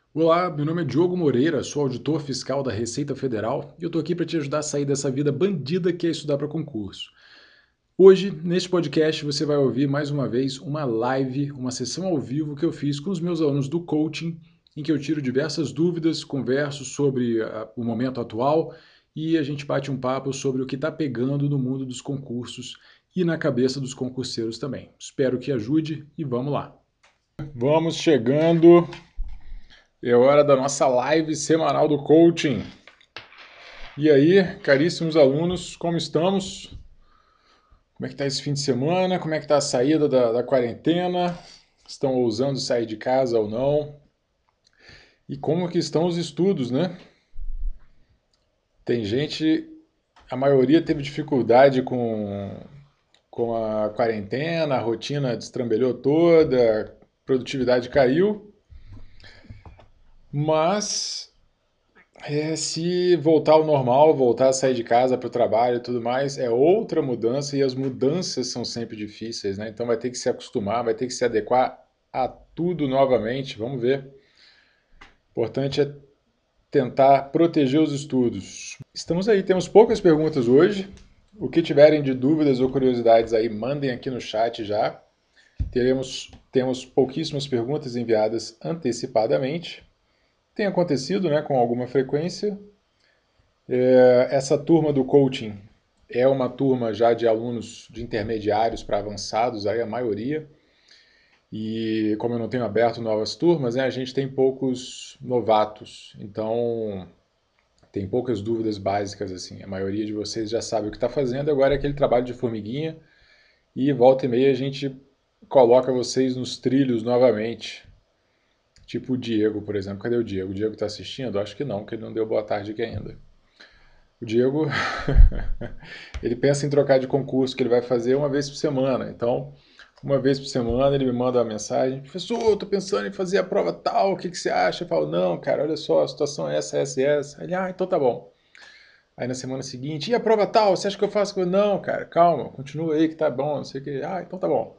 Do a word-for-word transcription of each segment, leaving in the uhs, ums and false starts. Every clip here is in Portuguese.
Olá, meu nome é Diogo Moreira, sou auditor fiscal da Receita Federal e eu estou aqui para te ajudar a sair dessa vida bandida que é estudar para concurso. Hoje, neste podcast, você vai ouvir mais uma vez uma live, uma sessão ao vivo que eu fiz com os meus alunos do coaching, em que eu tiro diversas dúvidas, converso sobre a, o momento atual e a gente bate um papo sobre o que está pegando no mundo dos concursos e na cabeça dos concurseiros também. Espero que ajude e vamos lá. Vamos chegando. É hora da nossa live semanal do coaching. E aí, caríssimos alunos, como estamos? Como é que está esse fim de semana? Como é que está a saída da, da quarentena? Estão ousando sair de casa ou não? E como que estão os estudos, né? Tem gente, a maioria teve dificuldade com, com a quarentena, a rotina destrambelhou toda, a produtividade caiu, mas É, se voltar ao normal, voltar a sair de casa para o trabalho e tudo mais, é outra mudança e as mudanças são sempre difíceis, né? Então vai ter que se acostumar, vai ter que se adequar a tudo novamente. Vamos ver. O importante é tentar proteger os estudos. Estamos aí, temos poucas perguntas hoje. O que tiverem de dúvidas ou curiosidades aí, mandem aqui no chat já. Teremos, temos pouquíssimas perguntas enviadas antecipadamente. Tem acontecido, né, com alguma frequência. É, essa turma do coaching é uma turma já de alunos de intermediários para avançados, aí a maioria. E como eu não tenho aberto novas turmas, né, a gente tem poucos novatos. Então, tem poucas dúvidas básicas assim. A maioria de vocês já sabe o que está fazendo, agora é aquele trabalho de formiguinha. E volta e meia a gente coloca vocês nos trilhos novamente. Tipo o Diego, por exemplo. Cadê o Diego? O Diego está assistindo? Acho que não, porque ele não deu boa tarde aqui ainda. O Diego, ele pensa em trocar de concurso que ele vai fazer uma vez por semana. Então, uma vez por semana ele me manda uma mensagem: professor, estou pensando em fazer a prova tal, o que, que você acha? Eu falo: não, cara, olha só, a situação é essa, essa e essa. Ele: ah, então tá bom. Aí na semana seguinte: e a prova tal, você acha que eu faço? Eu, não, cara, calma, continua aí que tá bom, não sei o que. Ah, então tá bom.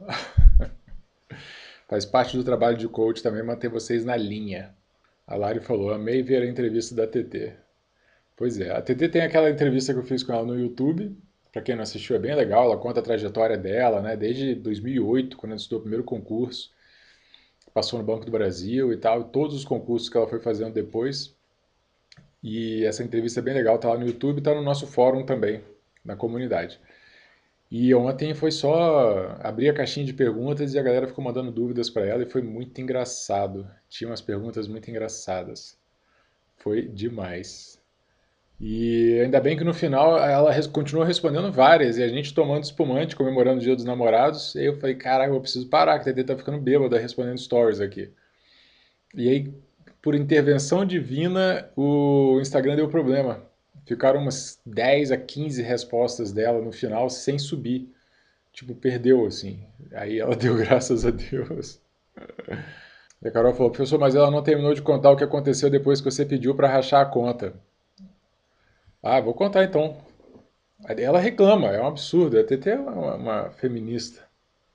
Faz parte do trabalho de coach também manter vocês na linha. A Lari falou: amei ver a entrevista da T T. Pois é, a T T tem aquela entrevista que eu fiz com ela no YouTube. Para quem não assistiu, é bem legal. Ela conta a trajetória dela, né? Desde dois mil e oito, quando ela estudou o primeiro concurso, passou no Banco do Brasil e tal, e todos os concursos que ela foi fazendo depois. E essa entrevista é bem legal, tá lá no YouTube e tá no nosso fórum também, na comunidade. E ontem foi só abrir a caixinha de perguntas e a galera ficou mandando dúvidas para ela e foi muito engraçado. Tinha umas perguntas muito engraçadas. Foi demais. E ainda bem que no final ela res- continuou respondendo várias, e a gente tomando espumante, comemorando o Dia dos Namorados. E aí eu falei: caraca, eu preciso parar, que a T T tá ficando bêbada respondendo stories aqui. E aí, por intervenção divina, o Instagram deu problema. Ficaram umas dez a quinze respostas dela no final sem subir. Tipo, perdeu assim. Aí ela deu graças a Deus. E a Carol falou: professor, mas ela não terminou de contar o que aconteceu depois que você pediu para rachar a conta. Ah, vou contar então. Ela reclama, é um absurdo. A T T é uma, uma feminista.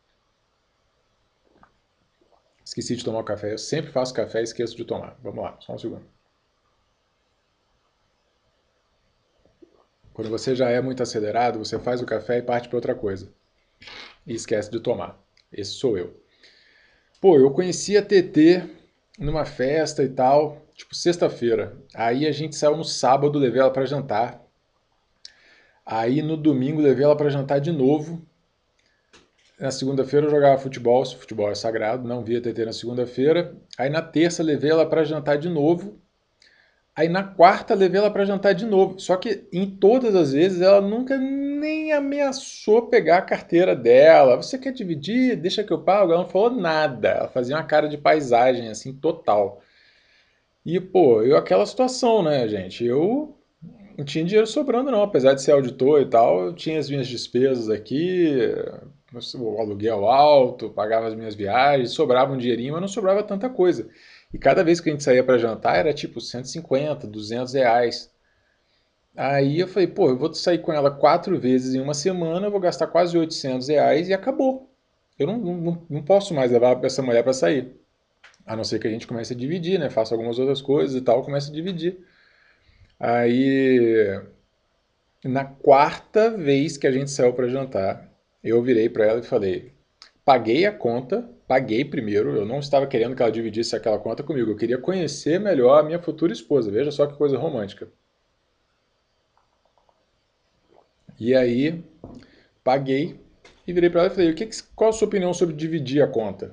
Esqueci de tomar o café. Eu sempre faço café e esqueço de tomar. Vamos lá, só um segundo. Quando você já é muito acelerado, você faz o café e parte para outra coisa. E esquece de tomar. Esse sou eu. Pô, eu conheci a T T numa festa e tal, tipo sexta-feira. Aí a gente saiu no sábado, levei ela para jantar. Aí no domingo levei ela para jantar de novo. Na segunda-feira eu jogava futebol, se futebol é sagrado, não via T T na segunda-feira. Aí na terça levei ela para jantar de novo. Aí na quarta levei ela para jantar de novo. Só que em todas as vezes ela nunca nem ameaçou pegar a carteira dela. Você quer dividir? Deixa que eu pago. Ela não falou nada. Ela fazia uma cara de paisagem assim total. E pô, eu aquela situação, né, gente? Eu não tinha dinheiro sobrando não, apesar de ser auditor e tal, eu tinha as minhas despesas aqui, o aluguel alto, pagava as minhas viagens, sobrava um dinheirinho, mas não sobrava tanta coisa. E cada vez que a gente saía para jantar era tipo cento e cinquenta, duzentos reais. Aí eu falei: pô, eu vou sair com ela quatro vezes em uma semana, eu vou gastar quase oitocentos reais e acabou. Eu não, não, não posso mais levar essa mulher para sair. A não ser que a gente comece a dividir, né? Faça algumas outras coisas e tal, comece a dividir. Aí, na quarta vez que a gente saiu para jantar, eu virei para ela e falei: paguei a conta, paguei primeiro, eu não estava querendo que ela dividisse aquela conta comigo, eu queria conhecer melhor a minha futura esposa, veja só que coisa romântica. E aí, paguei e virei para ela e falei: o que, qual a sua opinião sobre dividir a conta?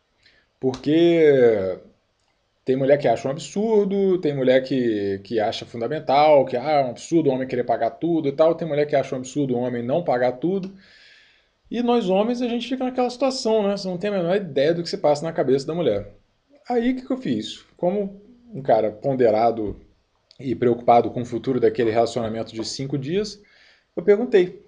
Porque tem mulher que acha um absurdo, tem mulher que, que acha fundamental, que ah, é um absurdo o homem querer pagar tudo e tal, tem mulher que acha um absurdo o homem não pagar tudo. E nós homens, a gente fica naquela situação, né? Você não tem a menor ideia do que se passa na cabeça da mulher. Aí o que, que eu fiz? Como um cara ponderado e preocupado com o futuro daquele relacionamento de cinco dias, eu perguntei.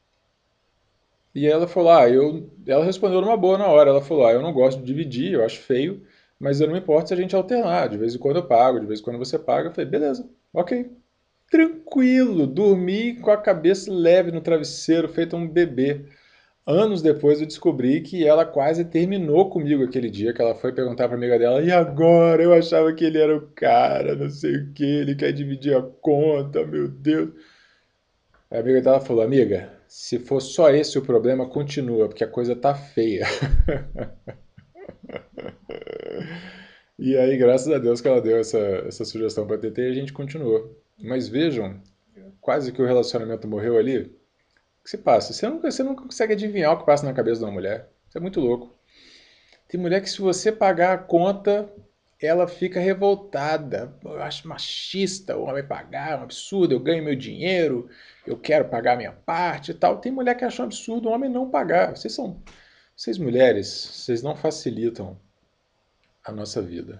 E ela falou, ah, eu... ela respondeu numa boa na hora. Ela falou, ah, eu não gosto de dividir, eu acho feio, mas eu não me importo se a gente alternar. De vez em quando eu pago, de vez em quando você paga. Eu falei, beleza, ok. Tranquilo, dormi com a cabeça leve no travesseiro, feito um bebê. Anos depois eu descobri que ela quase terminou comigo aquele dia, que ela foi perguntar pra amiga dela, e agora? Eu achava que ele era o cara, não sei o que, ele quer dividir a conta, meu Deus. A amiga dela falou, amiga, se for só esse o problema, continua, porque a coisa tá feia. E aí, graças a Deus que ela deu essa, essa sugestão pra T T e a gente continuou. Mas vejam, quase que o relacionamento morreu ali. O que se passa? Você nunca, você nunca consegue adivinhar o que passa na cabeça de uma mulher. Isso é muito louco. Tem mulher que se você pagar a conta, ela fica revoltada. Eu acho machista o homem pagar, é um absurdo, eu ganho meu dinheiro, eu quero pagar a minha parte e tal. Tem mulher que acha um absurdo o homem não pagar. Vocês são, vocês mulheres, vocês não facilitam a nossa vida.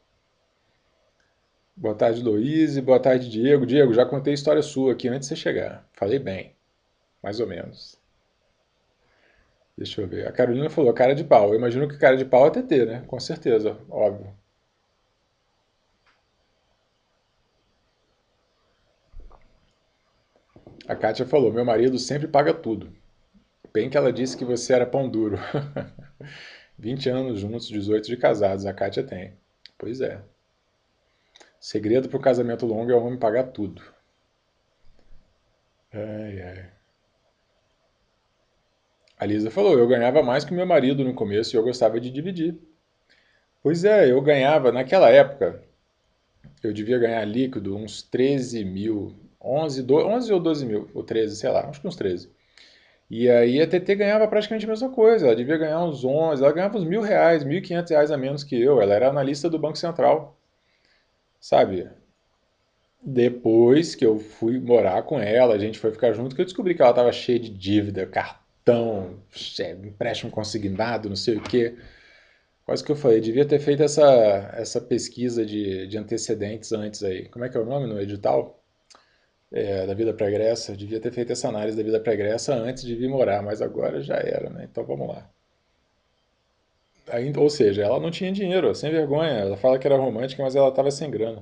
Boa tarde, Luiz, boa tarde, Diego. Diego, já contei a história sua aqui antes de você chegar. Falei bem, mais ou menos. Deixa eu ver. A Carolina falou cara de pau. Eu imagino que cara de pau é T T, né? Com certeza, óbvio. A Kátia falou: meu marido sempre paga tudo. Bem que ela disse que você era pão duro. vinte anos juntos, dezoito de casados. A Kátia tem. Pois é. Segredo para o casamento longo é o homem pagar tudo. Ai, ai. A Lisa falou: eu ganhava mais que o meu marido no começo e eu gostava de dividir. Pois é, eu ganhava, naquela época, eu devia ganhar líquido uns treze mil, onze, doze, onze ou doze mil, ou treze, sei lá, acho que uns treze. E aí a T T ganhava praticamente a mesma coisa, ela devia ganhar uns onze, ela ganhava uns mil reais, mil e quinhentos reais a menos que eu, ela era analista do Banco Central, sabe? Depois que eu fui morar com ela, a gente foi ficar junto, que eu descobri que ela estava cheia de dívida, cartão, empréstimo consignado, não sei o quê. Quase que eu falei, devia ter feito essa, essa pesquisa de, de antecedentes antes aí. Como é que é o nome no edital? É, da vida pregressa, devia ter feito essa análise da vida pregressa antes de vir morar, mas agora já era, né? Então vamos lá. Ainda, ou seja, ela não tinha dinheiro, sem vergonha. Ela fala que era romântica, mas ela estava sem grana.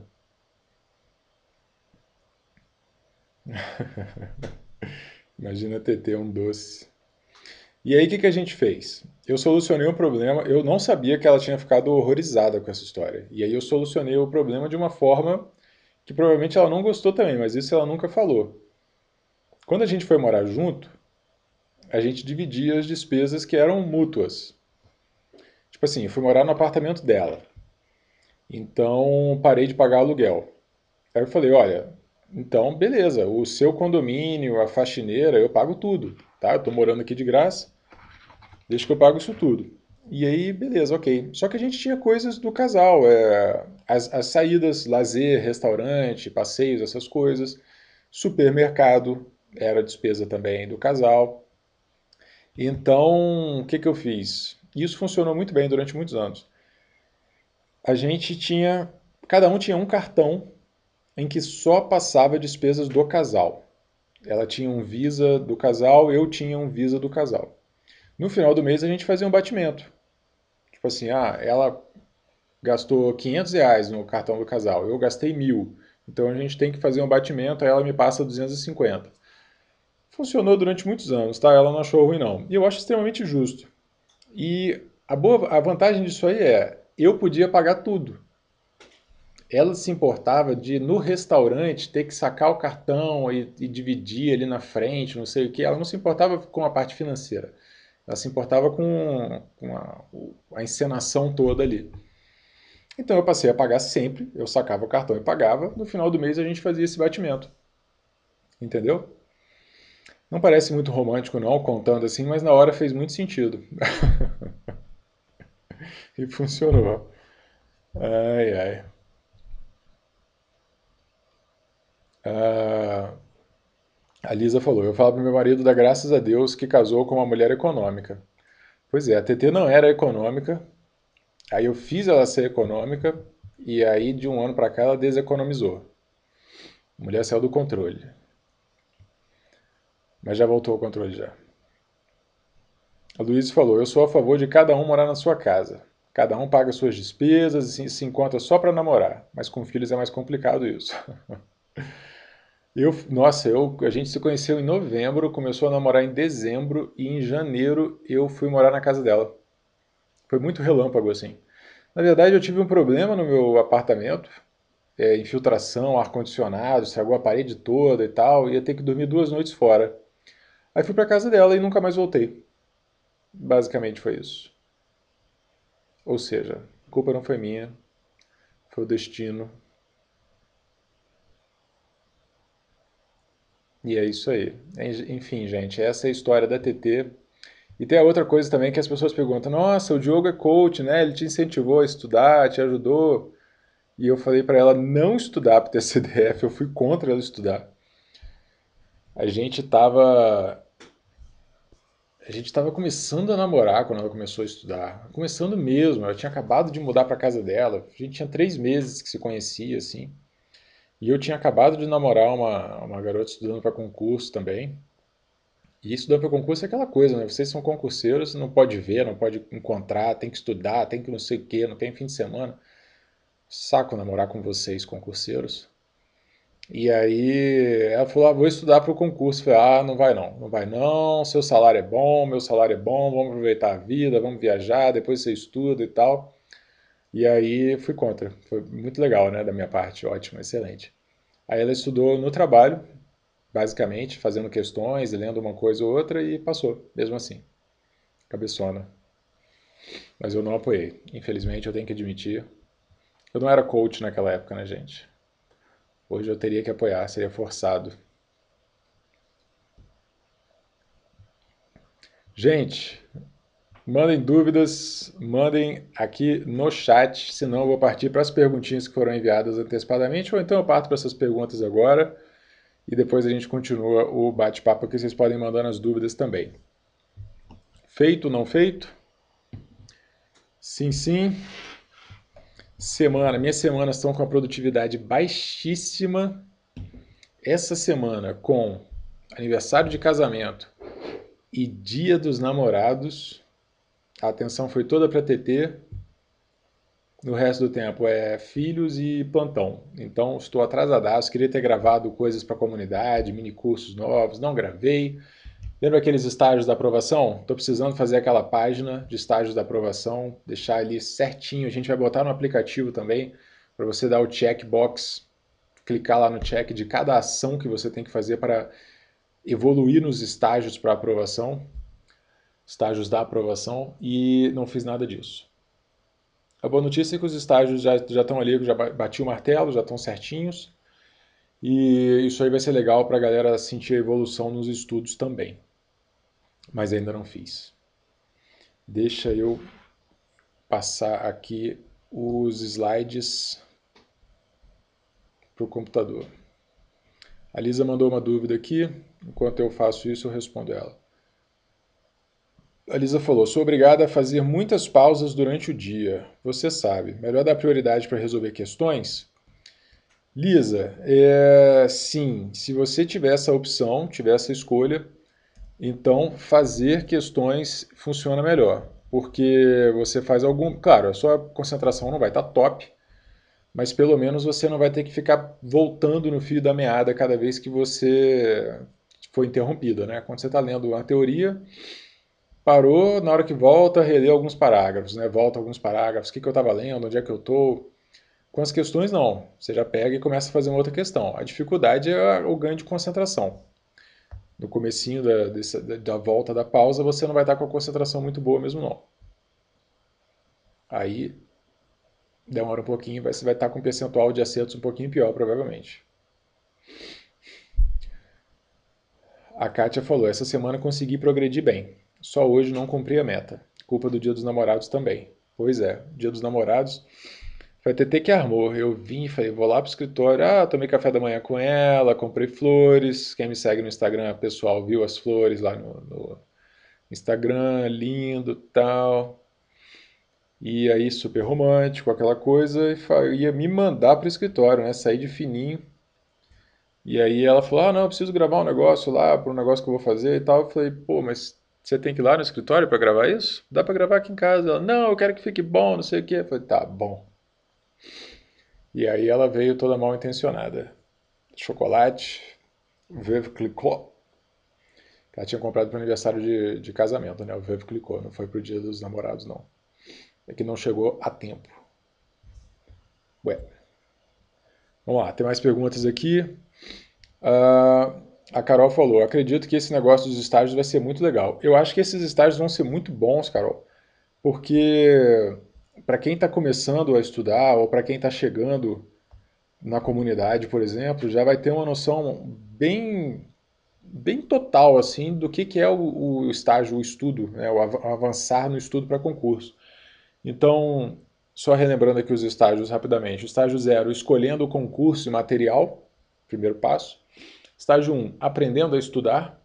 Imagina T T um doce. E aí o que, que a gente fez? Eu solucionei o problema, eu não sabia que ela tinha ficado horrorizada com essa história. E aí eu solucionei o problema de uma forma que provavelmente ela não gostou também, mas isso ela nunca falou. Quando a gente foi morar junto, a gente dividia as despesas que eram mútuas. Tipo assim, eu fui morar no apartamento dela. Então parei de pagar aluguel. Aí eu falei, olha, então beleza, o seu condomínio, a faxineira, eu pago tudo, tá? Eu tô morando aqui de graça, deixa que eu pago isso tudo. E aí, beleza, ok. Só que a gente tinha coisas do casal, é, as, as saídas, lazer, restaurante, passeios, essas coisas. Supermercado era despesa também do casal. Então, o que que eu fiz? Isso funcionou muito bem durante muitos anos. A gente tinha, cada um tinha um cartão em que só passava despesas do casal. Ela tinha um Visa do casal, eu tinha um Visa do casal. No final do mês a gente fazia um batimento. Tipo assim, ah, ela gastou quinhentos reais no cartão do casal, eu gastei mil. Então a gente tem que fazer um batimento, aí ela me passa duzentos e cinquenta. Funcionou durante muitos anos, tá? Ela não achou ruim não. E eu acho extremamente justo. E a, boa, a vantagem disso aí é, eu podia pagar tudo. Ela se importava de, no restaurante, ter que sacar o cartão e, e dividir ali na frente, não sei o que. Ela não se importava com a parte financeira. Ela se importava com, com a, a encenação toda ali. Então eu passei a pagar sempre, eu sacava o cartão e pagava. No final do mês a gente fazia esse batimento. Entendeu? Não parece muito romântico não, contando assim, mas na hora fez muito sentido. E funcionou. Ai, ai. Ah, a Lisa falou, eu falo pro meu marido dar graças a Deus que casou com uma mulher econômica. Pois é, a T T não era econômica, aí eu fiz ela ser econômica, e aí de um ano pra cá ela deseconomizou. A mulher saiu do controle. Mas já voltou ao controle já. A Luísa falou, eu sou a favor de cada um morar na sua casa. Cada um paga suas despesas e se encontra só para namorar. Mas com filhos é mais complicado isso. Eu, nossa, eu, a gente se conheceu em novembro, começou a namorar em dezembro e em janeiro eu fui morar na casa dela. Foi muito relâmpago assim. Na verdade, eu tive um problema no meu apartamento, é, infiltração, ar-condicionado, estragou a parede toda e tal, ia ter que dormir duas noites fora. Aí fui para casa dela e nunca mais voltei. Basicamente foi isso. Ou seja, a culpa não foi minha, foi o destino. E é isso aí. Enfim, gente, essa é a história da T T. E tem a outra coisa também que as pessoas perguntam: nossa, o Diogo é coach, né? Ele te incentivou a estudar, te ajudou. E eu falei para ela não estudar para ter C D F, eu fui contra ela estudar. A gente tava. A gente estava começando a namorar quando ela começou a estudar. Começando mesmo, ela tinha acabado de mudar para casa dela. A gente tinha três meses que se conhecia, assim. E eu tinha acabado de namorar uma, uma garota estudando para concurso também. E estudando para concurso é aquela coisa, né? Vocês são concurseiros, não pode ver, não pode encontrar, tem que estudar, tem que não sei o quê, não tem fim de semana. Saco namorar com vocês, concurseiros. E aí ela falou, ah, vou estudar para o concurso. Eu falei, ah, não vai não, não vai não, seu salário é bom, meu salário é bom, vamos aproveitar a vida, vamos viajar, depois você estuda e tal. E aí fui contra. Foi muito legal, né, da minha parte, ótimo, excelente. Aí ela estudou no trabalho, basicamente, fazendo questões, lendo uma coisa ou outra e passou, mesmo assim. Cabeçona. Mas eu não apoiei. Infelizmente, eu tenho que admitir. Eu não era coach naquela época, né, gente? Hoje eu teria que apoiar, seria forçado. Gente, mandem dúvidas, mandem aqui no chat, senão eu vou partir para as perguntinhas que foram enviadas antecipadamente, ou então eu parto para essas perguntas agora e depois a gente continua o bate-papo que vocês podem mandar as dúvidas também. Feito, não feito? Sim, sim. Semana, minhas semanas estão com a produtividade baixíssima. Essa semana com aniversário de casamento e dia dos namorados, a atenção foi toda para T T. No resto do tempo é filhos e plantão. Então estou atrasadaço, queria ter gravado coisas para a comunidade, mini cursos novos, não gravei. Lembra aqueles estágios da aprovação? Estou precisando fazer aquela página de estágios da aprovação, deixar ali certinho. A gente vai botar no aplicativo também, para você dar o checkbox, clicar lá no check de cada ação que você tem que fazer para evoluir nos estágios para aprovação, estágios da aprovação, e não fiz nada disso. A boa notícia é que os estágios já, já estão ali, já bati o martelo, já estão certinhos, e isso aí vai ser legal para a galera sentir a evolução nos estudos também. Mas ainda não fiz. Deixa eu passar aqui os slides para o computador. A Lisa mandou uma dúvida aqui. Enquanto eu faço isso, eu respondo ela. A Lisa falou, sou obrigada a fazer muitas pausas durante o dia. Você sabe, melhor dar prioridade para resolver questões? Lisa, é, sim, se você tiver essa opção, tiver essa escolha, então fazer questões funciona melhor. Porque você faz algum... Claro, a sua concentração não vai estar top, mas pelo menos você não vai ter que ficar voltando no fio da meada cada vez que você for interrompido, né? Quando você está lendo uma teoria, Parou, na hora que volta, relê alguns parágrafos, né? Volta alguns parágrafos, o que, que eu estava lendo, onde é que eu estou. Com as questões, não. Você já pega e começa a fazer uma outra questão. A dificuldade é o ganho de concentração. No comecinho da, dessa, da volta da pausa, você não vai estar com a concentração muito boa mesmo, não. Aí, demora um pouquinho, você vai estar com um percentual de acertos um pouquinho pior, provavelmente. A Kátia falou, essa semana consegui progredir bem. Só hoje não cumpri a meta. Culpa do Dia dos Namorados também. Pois é, Dia dos Namorados foi a T T que armou. Eu vim e falei, vou lá pro escritório. Ah, tomei café da manhã com ela, comprei flores. Quem me segue no Instagram, pessoal, viu as flores lá no, no Instagram, lindo, tal. E aí, super romântico, aquela coisa. E ia me mandar pro escritório, né? Sair de fininho. E aí ela falou, ah, não, eu preciso gravar um negócio lá, para um negócio que eu vou fazer e tal. Eu falei, pô, mas você tem que ir lá no escritório para gravar isso? Dá para gravar aqui em casa. Ela, não, eu quero que fique bom, não sei o quê. Eu falei, tá, bom. E aí ela veio toda mal intencionada. Chocolate, Veuve Clicquot, que ela tinha comprado para o aniversário de, de casamento, né? O Veuve Clicquot, não foi pro dia dos namorados, não. É que não chegou a tempo. Ué, vamos lá, tem mais perguntas aqui. Uh, a Carol falou, acredito que esse negócio dos estágios vai ser muito legal. Eu acho que esses estágios vão ser muito bons, Carol, porque para quem está começando a estudar ou para quem está chegando na comunidade, por exemplo, já vai ter uma noção bem bem total assim do que, que é o, o estágio, o estudo, né, o avançar no estudo para concurso. Então, só relembrando aqui os estágios rapidamente. O estágio zero, escolhendo o concurso e material, primeiro passo. Estágio um, aprendendo a estudar.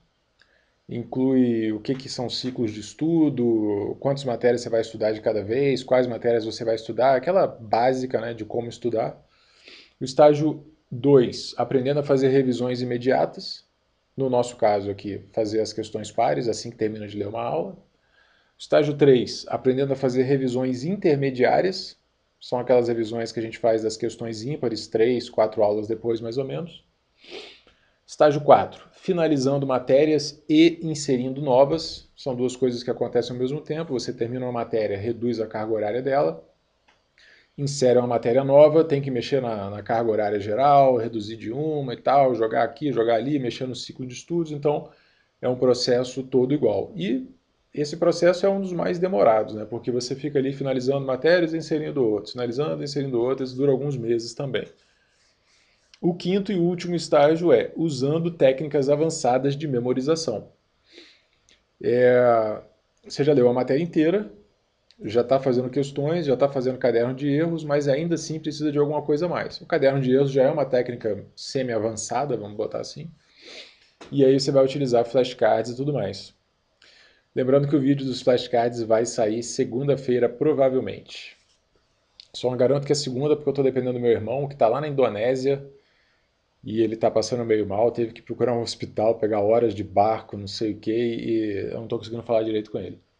Inclui o que, que são ciclos de estudo, quantas matérias você vai estudar de cada vez, quais matérias você vai estudar, aquela básica, né, de como estudar. O estágio dois, aprendendo a fazer revisões imediatas. No nosso caso aqui, fazer as questões pares assim que termina de ler uma aula. Estágio três, aprendendo a fazer revisões intermediárias. São aquelas revisões que a gente faz das questões ímpares, três, quatro aulas depois, mais ou menos. Estágio quatro, finalizando matérias e inserindo novas. São duas coisas que acontecem ao mesmo tempo. Você termina uma matéria, reduz a carga horária dela. Insere uma matéria nova, tem que mexer na, na carga horária geral, reduzir de uma e tal, jogar aqui, jogar ali, mexer no ciclo de estudos. Então, é um processo todo igual. E esse processo é um dos mais demorados, né? Porque você fica ali finalizando matérias e inserindo outras, finalizando e inserindo outras, dura alguns meses também. O quinto e último estágio é usando técnicas avançadas de memorização. É, você já leu a matéria inteira, já está fazendo questões, já está fazendo caderno de erros, mas ainda assim precisa de alguma coisa a mais. O caderno de erros já é uma técnica semi-avançada, vamos botar assim, e aí você vai utilizar flashcards e tudo mais. Lembrando que o vídeo dos flashcards vai sair segunda-feira, provavelmente. Só não garanto que é segunda, porque eu estou dependendo do meu irmão, que está lá na Indonésia, e ele está passando meio mal, teve que procurar um hospital, pegar horas de barco, não sei o que, e eu não estou conseguindo falar direito com ele.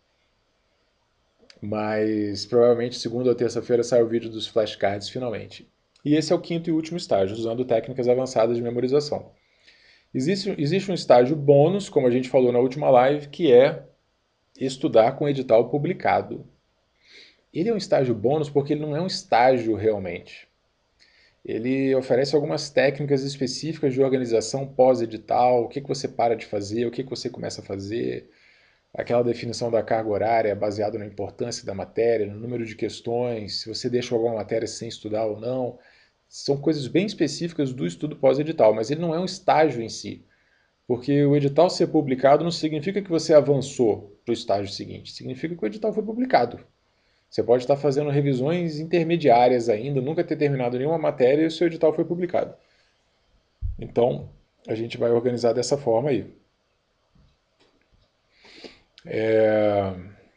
Mas provavelmente segunda ou terça-feira sai o vídeo dos flashcards finalmente. E esse é o quinto e último estágio, usando técnicas avançadas de memorização. Existe, existe um estágio bônus, como a gente falou na última live, que é estudar com edital publicado. Ele é um estágio bônus porque ele não é um estágio realmente. Ele oferece algumas técnicas específicas de organização pós-edital, o que, que você para de fazer, o que, que você começa a fazer, aquela definição da carga horária baseada na importância da matéria, no número de questões, se você deixa alguma matéria sem estudar ou não. São coisas bem específicas do estudo pós-edital, mas ele não é um estágio em si. Porque o edital ser publicado não significa que você avançou para o estágio seguinte, significa que o edital foi publicado. Você pode estar fazendo revisões intermediárias ainda, nunca ter terminado nenhuma matéria e o seu edital foi publicado. Então, a gente vai organizar dessa forma aí. É...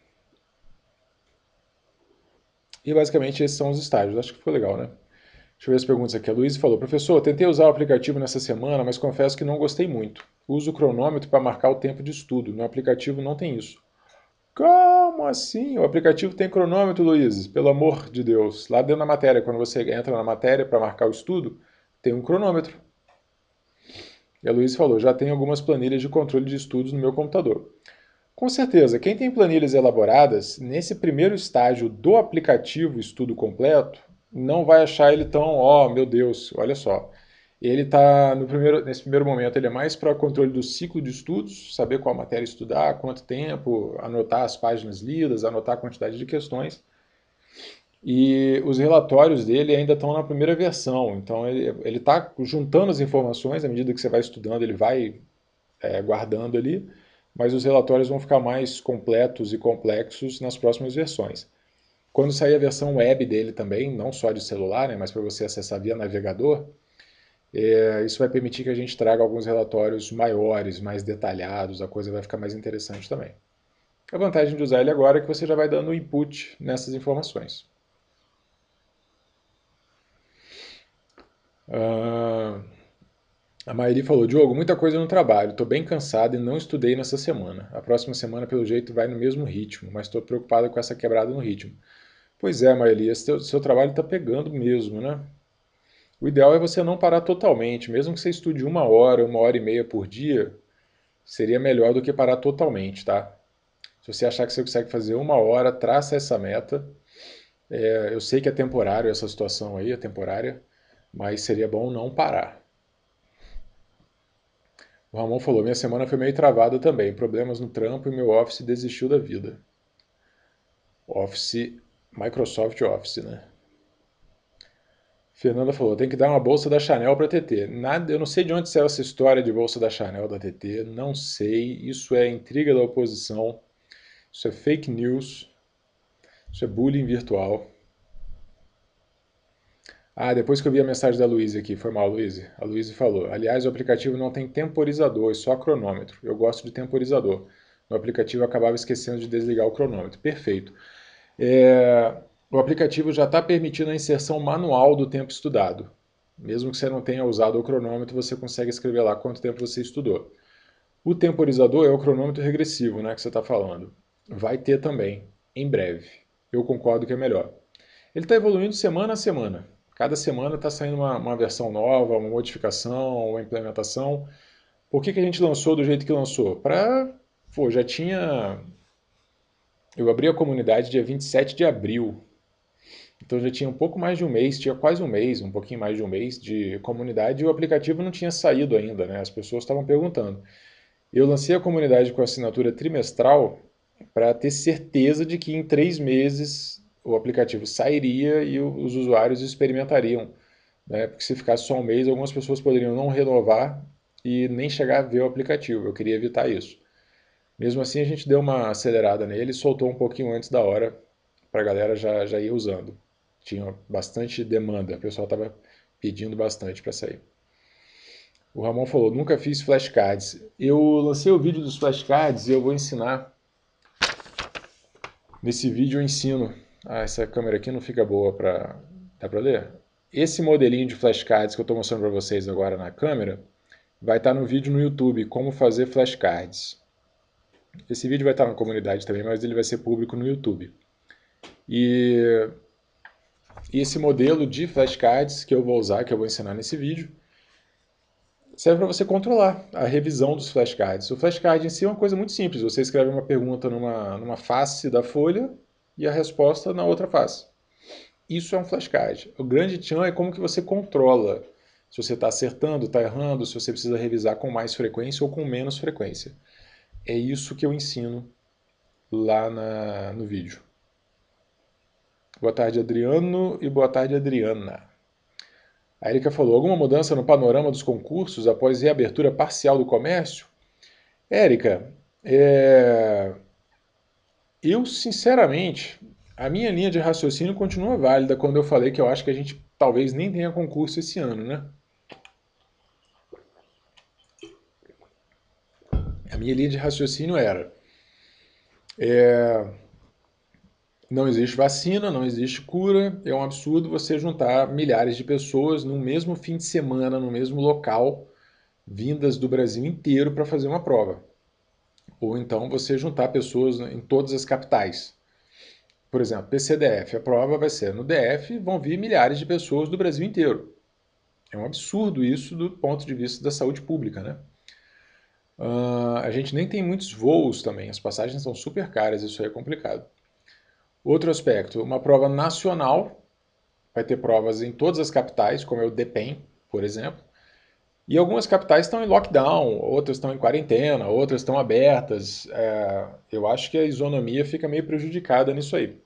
E basicamente esses são os estágios. Acho que ficou legal, né? Deixa eu ver as perguntas aqui. A Luísa falou, professor, tentei usar o aplicativo nessa semana, mas confesso que não gostei muito. Uso o cronômetro para marcar o tempo de estudo. No aplicativo não tem isso. Como assim? O aplicativo tem cronômetro, Luiz, pelo amor de Deus. Lá dentro da matéria, quando você entra na matéria para marcar o estudo, tem um cronômetro. E a Luiz falou, já tem algumas planilhas de controle de estudos no meu computador. Com certeza, quem tem planilhas elaboradas, nesse primeiro estágio do aplicativo estudo completo, não vai achar ele tão, ó, oh, meu Deus, olha só. Ele está, nesse primeiro momento, ele é mais para controle do ciclo de estudos, saber qual matéria estudar, quanto tempo, anotar as páginas lidas, anotar a quantidade de questões. E os relatórios dele ainda estão na primeira versão, então ele está juntando as informações, à medida que você vai estudando, ele vai é, guardando ali, mas os relatórios vão ficar mais completos e complexos nas próximas versões. Quando sair a versão web dele também, não só de celular, né, mas para você acessar via navegador, é, isso vai permitir que a gente traga alguns relatórios maiores, mais detalhados, a coisa vai ficar mais interessante também. A vantagem de usar ele agora é que você já vai dando input nessas informações. Uh, a Mairi falou, Diogo, muita coisa no trabalho, estou bem cansado e não estudei nessa semana. A próxima semana, pelo jeito, vai no mesmo ritmo, mas estou preocupado com essa quebrada no ritmo. Pois é, Mairi, seu, seu trabalho está pegando mesmo, né? O ideal é você não parar totalmente, mesmo que você estude uma hora, uma hora e meia por dia, seria melhor do que parar totalmente, tá? Se você achar que você consegue fazer uma hora, traça essa meta. É, eu sei que é temporário essa situação aí, é temporária, mas seria bom não parar. O Ramon falou, minha semana foi meio travada também, problemas no trampo e meu Office desistiu da vida. Office, Microsoft Office, né? Fernanda falou, tem que dar uma bolsa da Chanel para T T. Nada, eu não sei de onde saiu essa história de bolsa da Chanel da T T, não sei, isso é intriga da oposição, isso é fake news, isso é bullying virtual. Ah, depois que eu vi a mensagem da Luísa aqui, foi mal, Luísa. A Luísa falou, aliás, o aplicativo não tem temporizador, é só cronômetro. Eu gosto de temporizador. No aplicativo eu acabava esquecendo de desligar o cronômetro. Perfeito. É, o aplicativo já está permitindo a inserção manual do tempo estudado. Mesmo que você não tenha usado o cronômetro, você consegue escrever lá quanto tempo você estudou. O temporizador é o cronômetro regressivo, né, que você está falando. Vai ter também, em breve. Eu concordo que é melhor. Ele está evoluindo semana a semana. Cada semana está saindo uma, uma versão nova, uma modificação, uma implementação. Por que, que a gente lançou do jeito que lançou? Para. Pô, já tinha. Eu abri a comunidade dia vinte e sete de abril. Então já tinha um pouco mais de um mês, tinha quase um mês, um pouquinho mais de um mês de comunidade e o aplicativo não tinha saído ainda, né? As pessoas estavam perguntando. Eu lancei a comunidade com assinatura trimestral para ter certeza de que em três meses o aplicativo sairia e os usuários experimentariam, né? Porque se ficasse só um mês, algumas pessoas poderiam não renovar e nem chegar a ver o aplicativo. Eu queria evitar isso. Mesmo assim, a gente deu uma acelerada nele e soltou um pouquinho antes da hora para a galera já, já ir usando. Tinha bastante demanda, o pessoal estava pedindo bastante para sair. O Ramon falou, nunca fiz flashcards. Eu lancei o vídeo dos flashcards e eu vou ensinar. Nesse vídeo eu ensino. Ah, essa câmera aqui não fica boa para... Dá para ler? Esse modelinho de flashcards que eu estou mostrando para vocês agora na câmera vai estar no vídeo no YouTube, como fazer flashcards. Esse vídeo vai estar na comunidade também, mas ele vai ser público no YouTube. E, e esse modelo de flashcards que eu vou usar, que eu vou ensinar nesse vídeo, serve para você controlar a revisão dos flashcards. O flashcard em si é uma coisa muito simples. Você escreve uma pergunta numa, numa face da folha e a resposta na outra face. Isso é um flashcard. O grande tchan é como que você controla. Se você está acertando, está errando, se você precisa revisar com mais frequência ou com menos frequência. É isso que eu ensino lá na, no vídeo. Boa tarde, Adriano, e boa tarde, Adriana. A Erika falou, alguma mudança no panorama dos concursos após reabertura parcial do comércio? Érica, é... eu sinceramente, a minha linha de raciocínio continua válida quando eu falei que eu acho que a gente talvez nem tenha concurso esse ano, né? A minha linha de raciocínio era, é... não existe vacina, não existe cura, é um absurdo você juntar milhares de pessoas no mesmo fim de semana, no mesmo local, vindas do Brasil inteiro para fazer uma prova. Ou então você juntar pessoas em todas as capitais. Por exemplo, P C D F, a prova vai ser no D F, vão vir milhares de pessoas do Brasil inteiro. É um absurdo isso do ponto de vista da saúde pública, né? Uh, a gente nem tem muitos voos também, as passagens são super caras, isso aí é complicado. Outro aspecto, uma prova nacional, vai ter provas em todas as capitais, como é o DEPEN, por exemplo, e algumas capitais estão em lockdown, outras estão em quarentena, outras estão abertas. É, eu acho que a isonomia fica meio prejudicada nisso aí.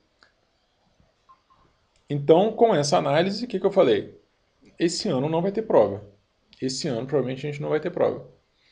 Então, com essa análise, o que, que eu falei? Esse ano não vai ter prova. Esse ano provavelmente a gente não vai ter prova.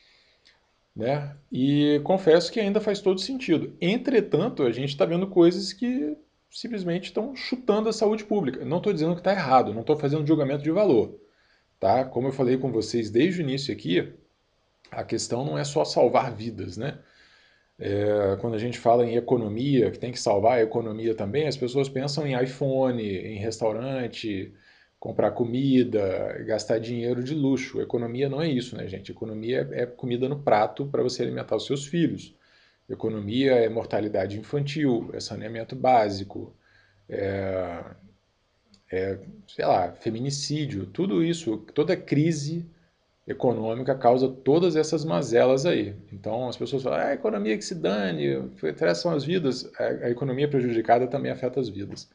Né? E confesso que ainda faz todo sentido. Entretanto, a gente está vendo coisas que simplesmente estão chutando a saúde pública. Não estou dizendo que está errado, não estou fazendo julgamento de valor. Tá? Como eu falei com vocês desde o início aqui, a questão não é só salvar vidas. Né? É, quando a gente fala em economia, que tem que salvar a economia também, as pessoas pensam em iPhone, em restaurante, comprar comida, gastar dinheiro de luxo. Economia não é isso, né, gente? Economia é comida no prato para você alimentar os seus filhos. Economia é mortalidade infantil, é saneamento básico, é, é sei lá, feminicídio, tudo isso, toda crise econômica causa todas essas mazelas aí. Então as pessoas falam, ah, a economia que se dane, interessam as vidas. A, a economia prejudicada também afeta as vidas.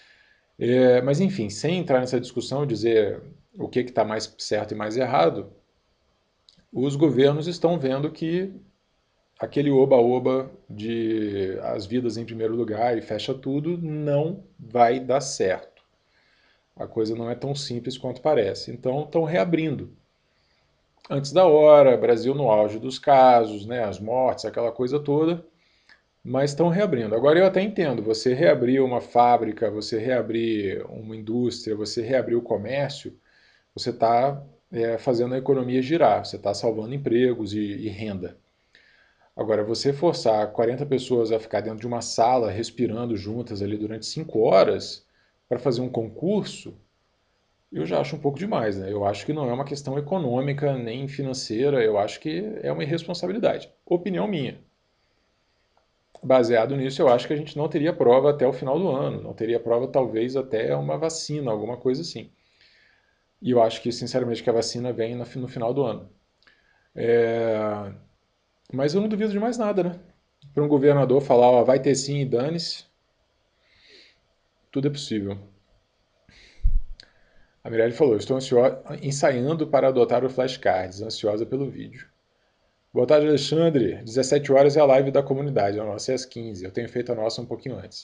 É, mas enfim, sem entrar nessa discussão, dizer o que está mais certo e mais errado, os governos estão vendo que aquele oba-oba de as vidas em primeiro lugar e fecha tudo não vai dar certo. A coisa não é tão simples quanto parece. Então estão reabrindo. Antes da hora, Brasil no auge dos casos, né, as mortes, aquela coisa toda, mas estão reabrindo. Agora eu até entendo, você reabrir uma fábrica, você reabrir uma indústria, você reabrir o comércio, você está é, fazendo a economia girar, você está salvando empregos e, e renda. Agora, você forçar quarenta pessoas a ficar dentro de uma sala respirando juntas ali durante cinco horas para fazer um concurso, eu já acho um pouco demais, né? Eu acho que não é uma questão econômica nem financeira, eu acho que é uma irresponsabilidade. Opinião minha. Baseado nisso, eu acho que a gente não teria prova até o final do ano, não teria prova talvez até uma vacina, alguma coisa assim. E eu acho que, sinceramente, que a vacina vem no final do ano. É... Mas eu não duvido de mais nada, né? Para um governador falar, ó, vai ter sim e dane-se, tudo é possível. A Mirelle falou, estou ansiosa, ensaiando para adotar o flashcards, ansiosa pelo vídeo. Boa tarde, Alexandre. dezessete horas é a live da comunidade, a nossa é às quinze. Eu tenho feito a nossa um pouquinho antes.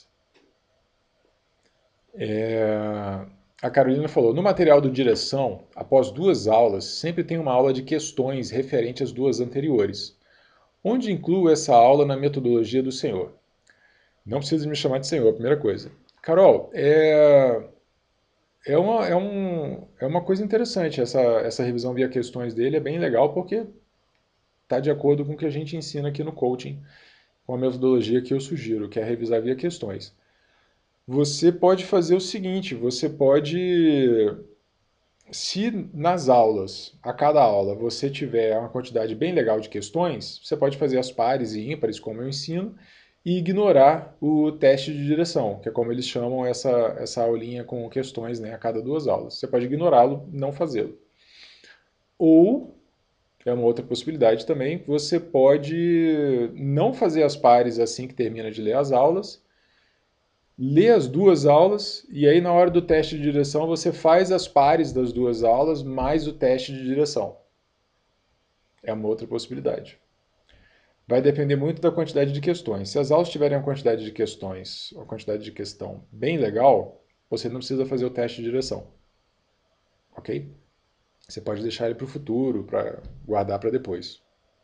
É... A Carolina falou, no material do Direção, após duas aulas, sempre tem uma aula de questões referente às duas anteriores. Onde incluo essa aula na metodologia do Senhor? Não precisa me chamar de Senhor, primeira coisa. Carol, é, é, uma, é, um, é uma coisa interessante essa, essa revisão via questões dele, é bem legal porque está de acordo com o que a gente ensina aqui no coaching, com a metodologia que eu sugiro, que é revisar via questões. Você pode fazer o seguinte, você pode, se nas aulas, a cada aula, você tiver uma quantidade bem legal de questões, você pode fazer as pares e ímpares, como eu ensino, e ignorar o teste de direção, que é como eles chamam essa, essa aulinha com questões, né, a cada duas aulas. Você pode ignorá-lo, não fazê-lo. Ou, é uma outra possibilidade também, você pode não fazer as pares assim que termina de ler as aulas, ler as duas aulas e aí na hora do teste de direção você faz as pares das duas aulas mais o teste de direção. É uma outra possibilidade. Vai depender muito da quantidade de questões. Se as aulas tiverem uma quantidade de questões, uma quantidade de questão bem legal, você não precisa fazer o teste de direção. Ok? Você pode deixar ele para o futuro, para guardar para depois.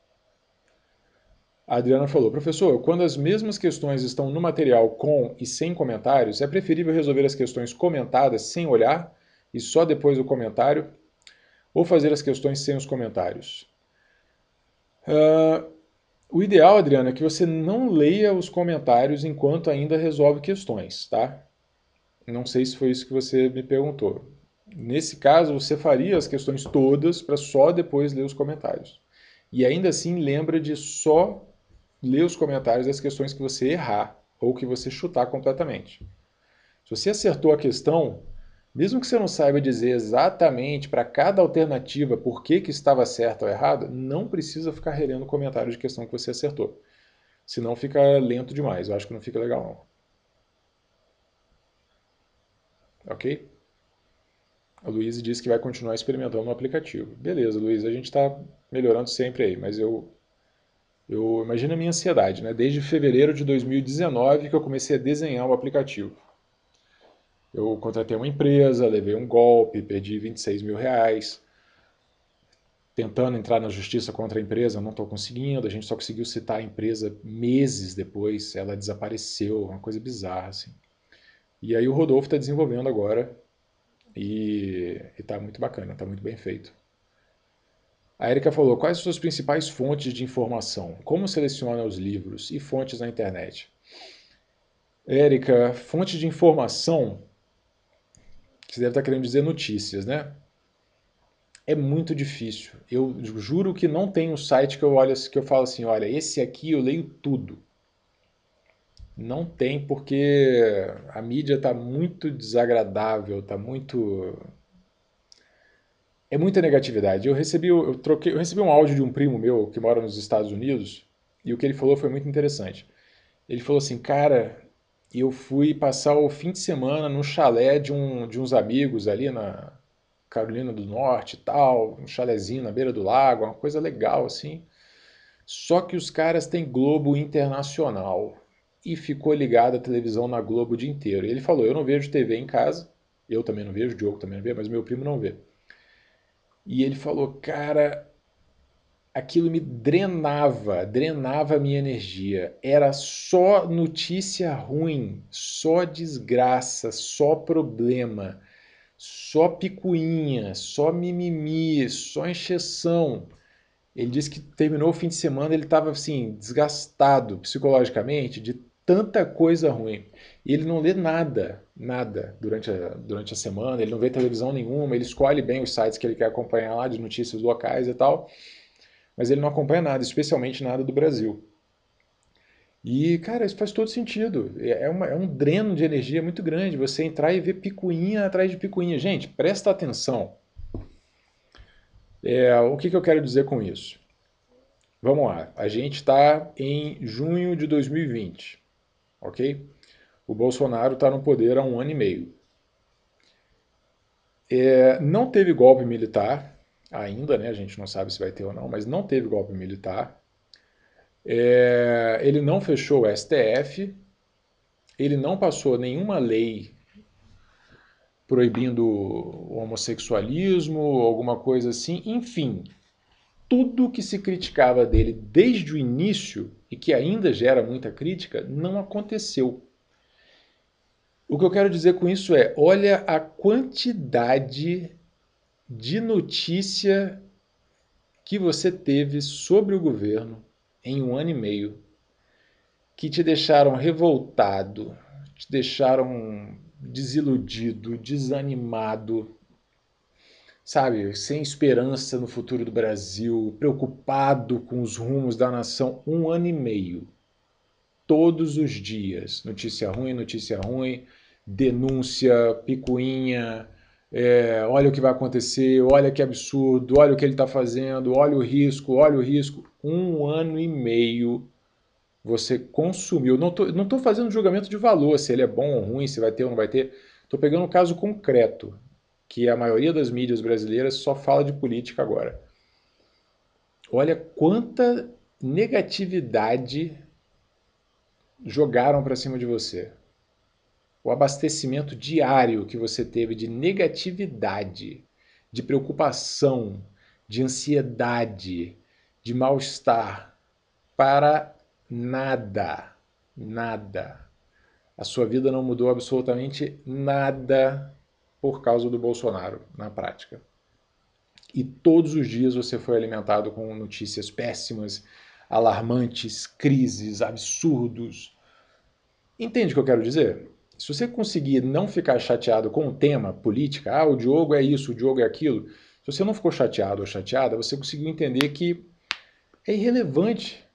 A Adriana falou, professor, quando as mesmas questões estão no material com e sem comentários, é preferível resolver as questões comentadas sem olhar e só depois do comentário, ou fazer as questões sem os comentários? Uh, o ideal, Adriana, é que você não leia os comentários enquanto ainda resolve questões, tá? Não sei se foi isso que você me perguntou. Nesse caso, você faria as questões todas para só depois ler os comentários. E ainda assim, lembra de só ler os comentários das questões que você errar ou que você chutar completamente. Se você acertou a questão, Mesmo que você não saiba dizer exatamente para cada alternativa por que, que estava certo ou errado, não precisa ficar relendo comentário de questão que você acertou. Senão fica lento demais. Eu acho que não fica legal, não. Ok? A Luísa disse que vai continuar experimentando no aplicativo. Beleza, Luísa, a gente está melhorando sempre aí, mas eu, eu imagino a minha ansiedade, né? Desde fevereiro de dois mil e dezenove que eu comecei a desenhar o aplicativo. Eu contratei uma empresa, levei um golpe, perdi vinte e seis mil reais. Tentando entrar na justiça contra a empresa, não estou conseguindo. A gente só conseguiu citar a empresa meses depois. Ela desapareceu, uma coisa bizarra assim. E aí o Rodolfo está desenvolvendo agora e está muito bacana, está muito bem feito. A Erika falou: quais as suas principais fontes de informação? Como seleciona os livros e fontes na internet? Érica, fonte de informação, você deve estar querendo dizer notícias, né? É muito difícil. Eu juro que não tem um site que eu olho que eu falo assim, olha, esse aqui eu leio tudo. Não tem porque a mídia está muito desagradável, está muito é muita negatividade. Eu recebi eu troquei, eu recebi um áudio de um primo meu que mora nos Estados Unidos e o que ele falou foi muito interessante. Ele falou assim, cara, eu fui passar o fim de semana no chalé de, um, de uns amigos ali na Carolina do Norte e tal, um chalezinho na beira do lago, uma coisa legal assim. Só que os caras têm Globo Internacional e ficou ligado à televisão na Globo o dia inteiro. Ele falou, eu não vejo T V em casa, eu também não vejo, o Diogo também não vê, mas meu primo não vê. E ele falou, cara, aquilo me drenava, drenava a minha energia. Era só notícia ruim, só desgraça, só problema, só picuinha, só mimimi, só encheção. Ele disse que terminou o fim de semana, ele estava assim, desgastado psicologicamente de tanta coisa ruim. E ele não lê nada, nada durante a, durante a semana, ele não vê televisão nenhuma, ele escolhe bem os sites que ele quer acompanhar lá, de notícias locais e tal, mas ele não acompanha nada, especialmente nada do Brasil. E, cara, isso faz todo sentido. É, uma, é um dreno de energia muito grande você entrar e ver picuinha atrás de picuinha. Gente, presta atenção. É, o que, que eu quero dizer com isso? Vamos lá, a gente está em junho de dois mil e vinte, ok? O Bolsonaro está no poder há um ano e meio. É, não teve golpe militar ainda, né? A gente não sabe se vai ter ou não, mas não teve golpe militar. É, ele não fechou o S T F, ele não passou nenhuma lei proibindo o homossexualismo, alguma coisa assim. Enfim, tudo que se criticava dele desde o início e que ainda gera muita crítica não aconteceu. O que eu quero dizer com isso é, olha a quantidade de notícia que você teve sobre o governo em um ano e meio que te deixaram revoltado, te deixaram desiludido, desanimado, sabe, sem esperança no futuro do Brasil, preocupado com os rumos da nação, um ano e meio. Todos os dias, notícia ruim, notícia ruim, denúncia, picuinha, é, olha o que vai acontecer, olha que absurdo, olha o que ele está fazendo, olha o risco, olha o risco. Um ano e meio você consumiu. Não tô, não estou fazendo julgamento de valor, se ele é bom ou ruim, se vai ter ou não vai ter. Estou pegando um caso concreto, que a maioria das mídias brasileiras só fala de política agora. Olha quanta negatividade jogaram para cima de você. O abastecimento diário que você teve de negatividade, de preocupação, de ansiedade, de mal-estar, para nada, nada. A sua vida não mudou absolutamente nada por causa do Bolsonaro, na prática. E todos os dias você foi alimentado com notícias péssimas, alarmantes, crises, absurdos. Entende o que eu quero dizer? Se você conseguir não ficar chateado com o tema política, ah, o Diogo é isso, o Diogo é aquilo, se você não ficou chateado ou chateada, você conseguiu entender que é irrelevante,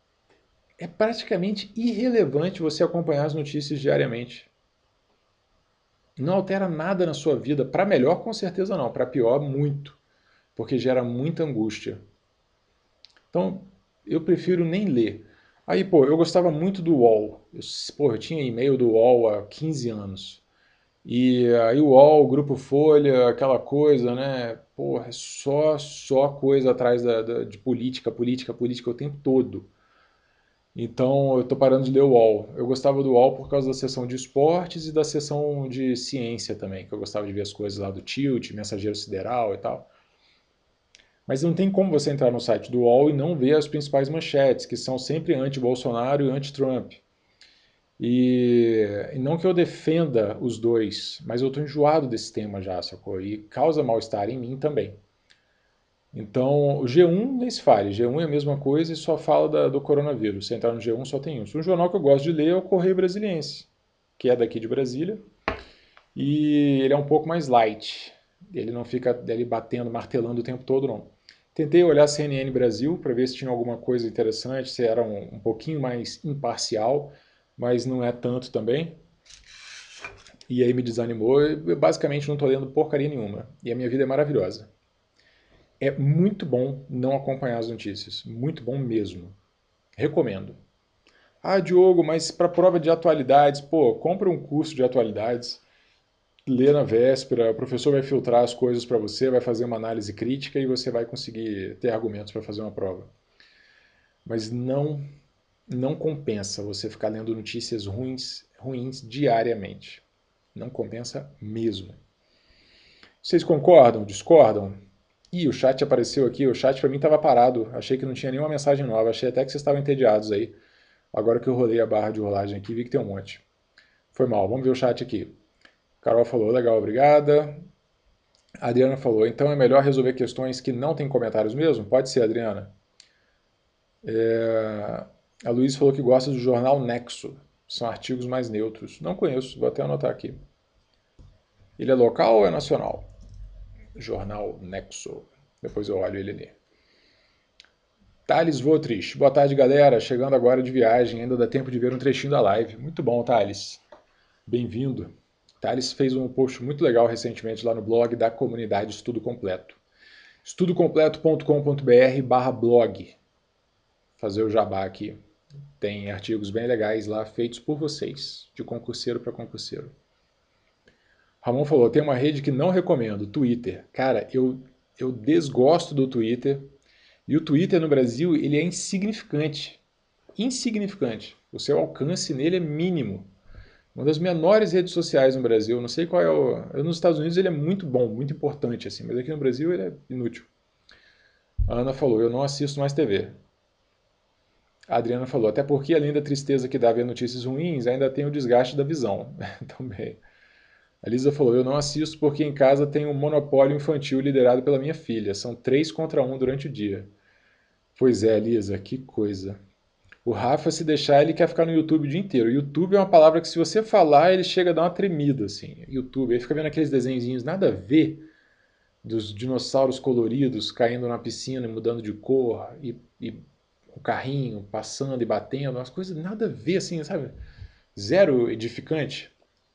é praticamente irrelevante você acompanhar as notícias diariamente. Não altera nada na sua vida. Para melhor, com certeza não. Para pior, muito. Porque gera muita angústia. Então, eu prefiro nem ler. Aí, pô, eu gostava muito do UOL. Eu, pô, eu tinha e-mail do UOL há quinze anos. E aí o UOL, Grupo Folha, aquela coisa, né? Porra, é só, só coisa atrás da, da- de política, política, política o tempo todo. Então eu tô parando de ler o UOL. Eu gostava do UOL por causa da seção de esportes e da seção de ciência também, que eu gostava de ver as coisas lá do Tilt, Mensageiro Sideral e tal. Mas não tem como você entrar no site do UOL e não ver as principais manchetes, que são sempre anti-Bolsonaro e anti-Trump. E, e não que eu defenda os dois, mas eu estou enjoado desse tema já, sacou? E causa mal-estar em mim também. Então, o G um nem se fale, G um é a mesma coisa e só fala da- do coronavírus. Se entrar no G um só tem isso. Um jornal que eu gosto de ler é o Correio Brasiliense, que é daqui de Brasília, e ele é um pouco mais light. Ele não fica ali batendo, martelando o tempo todo, não. Tentei olhar C N N Brasil para ver se tinha alguma coisa interessante, se era um, um pouquinho mais imparcial, mas não é tanto também. E aí me desanimou. Eu basicamente não estou lendo porcaria nenhuma. E a minha vida é maravilhosa. É muito bom não acompanhar as notícias. Muito bom mesmo. Recomendo. Ah, Diogo, mas para prova de atualidades, pô, compra um curso de atualidades, lê na véspera, o professor vai filtrar as coisas para você, vai fazer uma análise crítica e você vai conseguir ter argumentos para fazer uma prova. Mas não não compensa você ficar lendo notícias ruins, ruins diariamente. Não compensa mesmo. Vocês concordam? Discordam? Ih, o chat apareceu aqui. O chat para mim estava parado. Achei que não tinha nenhuma mensagem nova. Achei até que vocês estavam entediados aí. Agora que eu rolei a barra de rolagem aqui, vi que tem um monte. Foi mal. Vamos ver o chat aqui. Carol falou, legal, obrigada. A Adriana falou, então é melhor resolver questões que não tem comentários mesmo? Pode ser, Adriana. É... A Luiz falou que gosta do jornal Nexo. São artigos mais neutros. Não conheço, vou até anotar aqui. Ele é local ou é nacional? Jornal Nexo. Depois eu olho ele ali. Thales Votrich, boa tarde galera, chegando agora de viagem, ainda dá tempo de ver um trechinho da live. Muito bom, Thales, bem-vindo. Thales fez um post muito legal recentemente lá no blog da comunidade Estudo Completo. estudo completo ponto com ponto br barra blog. Fazer o jabá aqui. Tem artigos bem legais lá feitos por vocês, de concurseiro para concurseiro. Ramon falou, tem uma rede que não recomendo, Twitter. Cara, eu, eu desgosto do Twitter. E o Twitter no Brasil, ele é insignificante. Insignificante. O seu alcance nele é mínimo. Uma das menores redes sociais no Brasil. Não sei qual é o... Nos Estados Unidos ele é muito bom, muito importante, assim, mas aqui no Brasil ele é inútil. A Ana falou, eu não assisto mais T V. A Adriana falou, até porque além da tristeza que dá ver notícias ruins, ainda tem o desgaste da visão. Também. A Lisa falou, eu não assisto porque em casa tem um monopólio infantil liderado pela minha filha. São três contra um durante o dia. Pois é, Lisa, que coisa. O Rafa, se deixar, ele quer ficar no YouTube o dia inteiro. YouTube é uma palavra que se você falar, ele chega a dar uma tremida, assim. YouTube, aí fica vendo aqueles desenhinhos nada a ver dos dinossauros coloridos caindo na piscina e mudando de cor, e, e o carrinho passando e batendo, umas coisas nada a ver, assim, sabe? Zero edificante.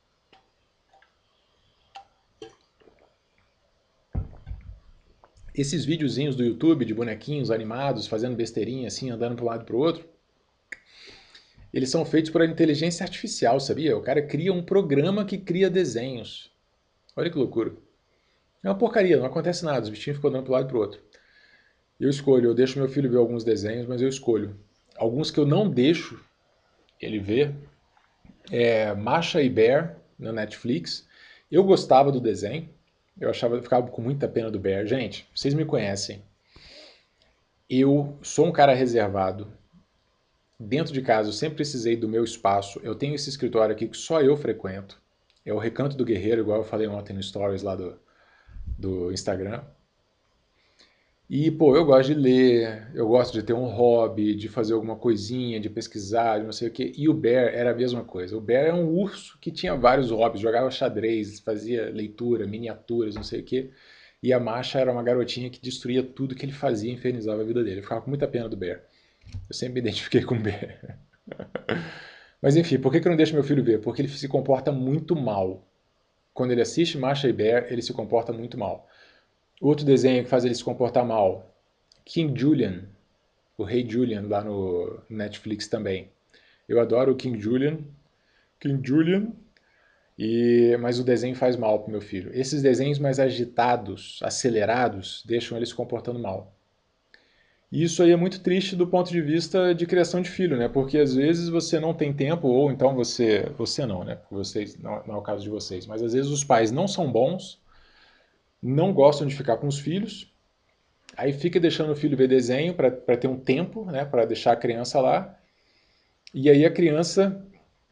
Esses videozinhos do YouTube de bonequinhos animados, fazendo besteirinha, assim, andando para um lado e para o outro, eles são feitos por inteligência artificial, sabia? O cara cria um programa que cria desenhos. Olha que loucura. É uma porcaria, não acontece nada, os bichinhos ficam andando para um lado e para o outro. Eu escolho, eu deixo meu filho ver alguns desenhos, mas eu escolho. Alguns que eu não deixo ele ver é Masha e Bear, na Netflix. Eu gostava do desenho, eu achava, eu ficava com muita pena do Bear. Gente, vocês me conhecem. Eu sou um cara reservado. Dentro de casa, eu sempre precisei do meu espaço. Eu tenho esse escritório aqui que só eu frequento. É o Recanto do Guerreiro, igual eu falei ontem no Stories lá do, do Instagram. E, pô, eu gosto de ler, eu gosto de ter um hobby, de fazer alguma coisinha, de pesquisar, de não sei o quê. E o Bear era a mesma coisa. O Bear é um urso que tinha vários hobbies, jogava xadrez, fazia leitura, miniaturas, não sei o quê. E a Masha era uma garotinha que destruía tudo que ele fazia e infernizava a vida dele. Eu ficava com muita pena do Bear. Eu sempre me identifiquei com o Bear. Mas enfim, por que eu não deixo meu filho ver? Porque ele se comporta muito mal. quando ele assiste Masha e Bear, ele se comporta muito mal. Outro desenho que faz ele se comportar mal, King Julian, o Rei Julian lá no Netflix também. Eu adoro o King Julian, King Julian, e, mas o desenho faz mal pro meu filho. Esses desenhos mais agitados, acelerados, deixam ele se comportando mal. E isso aí é muito triste do ponto de vista de criação de filho, né? Porque às vezes você não tem tempo, ou então você. Você não, né? Porque vocês, não, não é o caso de vocês. Mas às vezes os pais não são bons, não gostam de ficar com os filhos, aí fica deixando o filho ver desenho para ter um tempo, né? Para deixar a criança lá. E aí a criança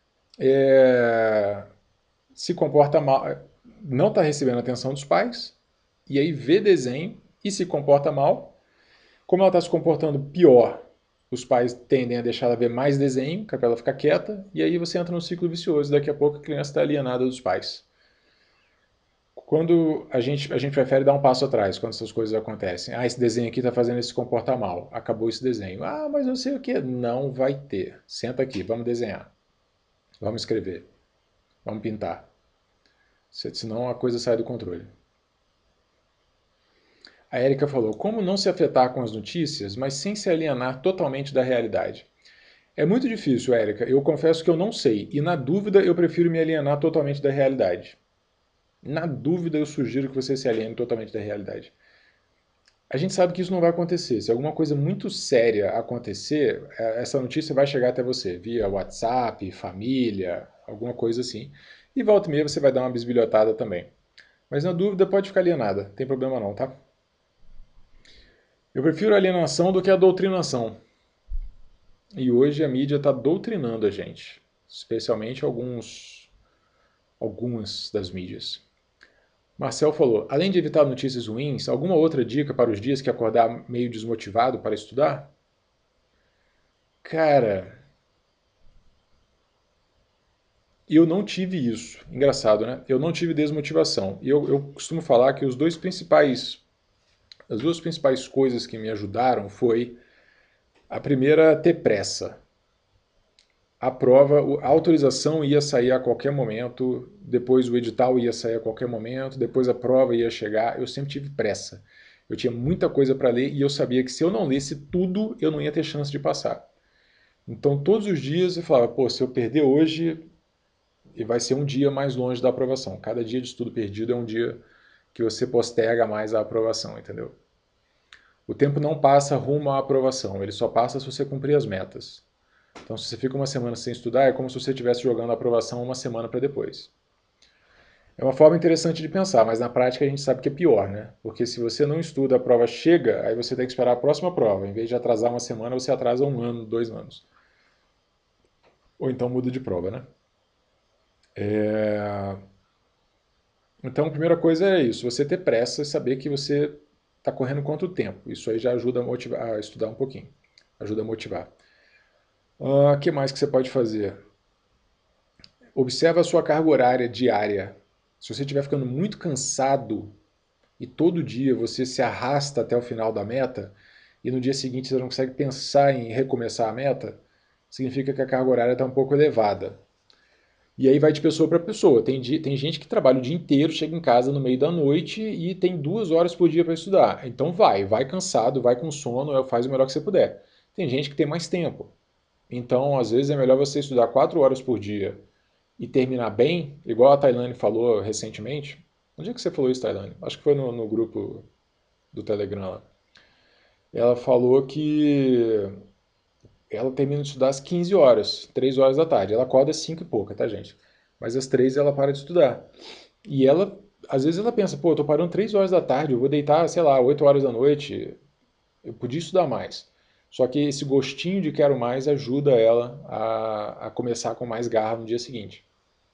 é, se comporta mal, não está recebendo a atenção dos pais, e aí vê desenho e se comporta mal. Como ela está se comportando pior, os pais tendem a deixar ela ver mais desenho, para ela ficar quieta, e aí você entra num ciclo vicioso. Daqui a pouco a criança está alienada dos pais. Quando a gente, a gente prefere dar um passo atrás quando essas coisas acontecem. Ah, esse desenho aqui está fazendo ele se comportar mal. Acabou esse desenho. Ah, mas não sei o que. Não vai ter. Senta aqui, vamos desenhar. Vamos escrever. Vamos pintar. Senão a coisa sai do controle. A Érica falou, como não se afetar com as notícias, mas sem se alienar totalmente da realidade? É muito difícil, Érica. Eu confesso que eu não sei. E na dúvida, eu prefiro me alienar totalmente da realidade. Na dúvida, eu sugiro que você se aliene totalmente da realidade. A gente sabe que isso não vai acontecer. Se alguma coisa muito séria acontecer, essa notícia vai chegar até você, via WhatsApp, família, alguma coisa assim. E volta e meia você vai dar uma bisbilhotada também. Mas na dúvida, pode ficar alienada. Não tem problema não, tá? Eu prefiro a alienação do que a doutrinação. E hoje a mídia está doutrinando a gente, especialmente alguns, algumas das mídias. Marcel falou, além de evitar notícias ruins, alguma outra dica para os dias que acordar meio desmotivado para estudar? Cara, eu não tive isso. Engraçado, né? Eu não tive desmotivação. E eu, eu costumo falar que os dois principais, as duas principais coisas que me ajudaram foi a primeira, ter pressa. A prova, a autorização ia sair a qualquer momento, depois o edital ia sair a qualquer momento, depois a prova ia chegar. Eu sempre tive pressa. Eu tinha muita coisa para ler e eu sabia que se eu não lesse tudo, eu não ia ter chance de passar. Então, todos os dias eu falava, pô, se eu perder hoje, vai ser um dia mais longe da aprovação. Cada dia de estudo perdido é um dia que você posterga mais a aprovação, entendeu? O tempo não passa rumo à aprovação, ele só passa se você cumprir as metas. Então, se você fica uma semana sem estudar, é como se você estivesse jogando a aprovação uma semana para depois. É uma forma interessante de pensar, mas na prática a gente sabe que é pior, né? Porque se você não estuda, a prova chega, aí você tem que esperar a próxima prova. Em vez de atrasar uma semana, você atrasa um ano, dois anos. Ou então muda de prova, né? É... Então, a primeira coisa é isso, você ter pressa e saber que você está correndo quanto tempo. Isso aí já ajuda a, motivar, a estudar um pouquinho, ajuda a motivar. O uh, que mais que você pode fazer? Observa a sua carga horária diária. Se você estiver ficando muito cansado e todo dia você se arrasta até o final da meta e no dia seguinte você não consegue pensar em recomeçar a meta, significa que a carga horária está um pouco elevada. E aí vai de pessoa para pessoa. Tem, tem gente que trabalha o dia inteiro, chega em casa no meio da noite e tem duas horas por dia para estudar. Então vai, vai cansado, vai com sono, faz o melhor que você puder. Tem gente que tem mais tempo. Então, às vezes, é melhor você estudar quatro horas por dia e terminar bem, igual a Tailane falou recentemente. Onde é que você falou isso, Tailane? Acho que foi no, no grupo do Telegram lá. Ela falou que ela termina de estudar às quinze horas, três horas da tarde. Ela acorda às cinco e pouca, tá, gente? Mas às três ela para de estudar. E ela, às vezes ela pensa, pô, eu tô parando três horas da tarde, eu vou deitar, sei lá, oito horas da noite, eu podia estudar mais. Só que esse gostinho de quero mais ajuda ela a, a começar com mais garra no dia seguinte.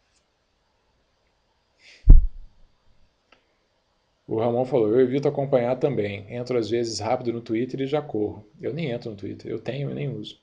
O Ramon falou, eu evito acompanhar também. Entro às vezes rápido no Twitter e já corro. Eu nem entro no Twitter, eu tenho e nem uso.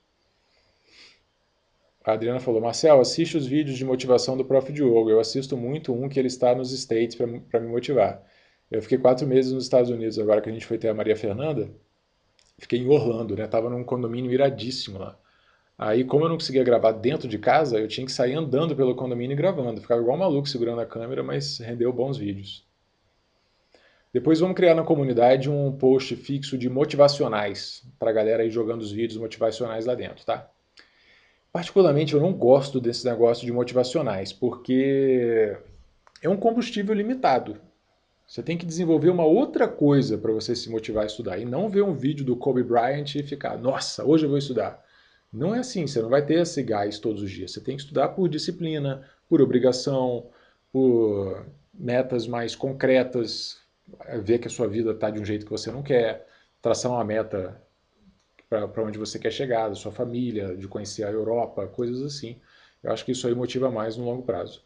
A Adriana falou, Marcel, assiste os vídeos de motivação do Prof Diogo. Eu assisto muito um que ele está nos States para me motivar. Eu fiquei quatro meses nos Estados Unidos agora que a gente foi ter a Maria Fernanda. Fiquei em Orlando, né? Tava num condomínio iradíssimo lá. Aí, como eu não conseguia gravar dentro de casa, eu tinha que sair andando pelo condomínio e gravando. Ficava igual um maluco segurando a câmera, mas rendeu bons vídeos. Depois vamos criar na comunidade um post fixo de motivacionais, para a galera ir jogando os vídeos motivacionais lá dentro, tá? Particularmente eu não gosto desse negócio de motivacionais, porque é um combustível limitado. Você tem que desenvolver uma outra coisa para você se motivar a estudar e não ver um vídeo do Kobe Bryant e ficar, nossa, hoje eu vou estudar. Não é assim, você não vai ter esse gás todos os dias. Você tem que estudar por disciplina, por obrigação, por metas mais concretas, ver que a sua vida está de um jeito que você não quer, traçar uma meta para onde você quer chegar, da sua família, de conhecer a Europa, coisas assim. Eu acho que isso aí motiva mais no longo prazo.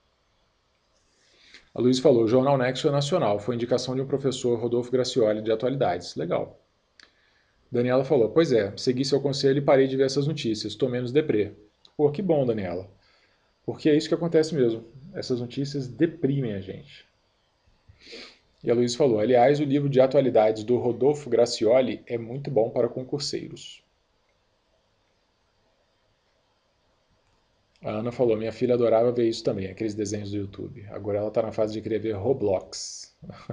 A Luiz falou, o Jornal Nexo é nacional, foi indicação de um professor, Rodolfo Gracioli, de atualidades. Legal. Daniela falou, pois é, segui seu conselho e parei de ver essas notícias, tô menos deprê. Pô, que bom, Daniela. Porque é isso que acontece mesmo. Essas notícias deprimem a gente. E a Luiz falou, aliás, o livro de atualidades do Rodolfo Gracioli é muito bom para concurseiros. A Ana falou, minha filha adorava ver isso também, aqueles desenhos do YouTube. Agora ela está na fase de querer ver Roblox.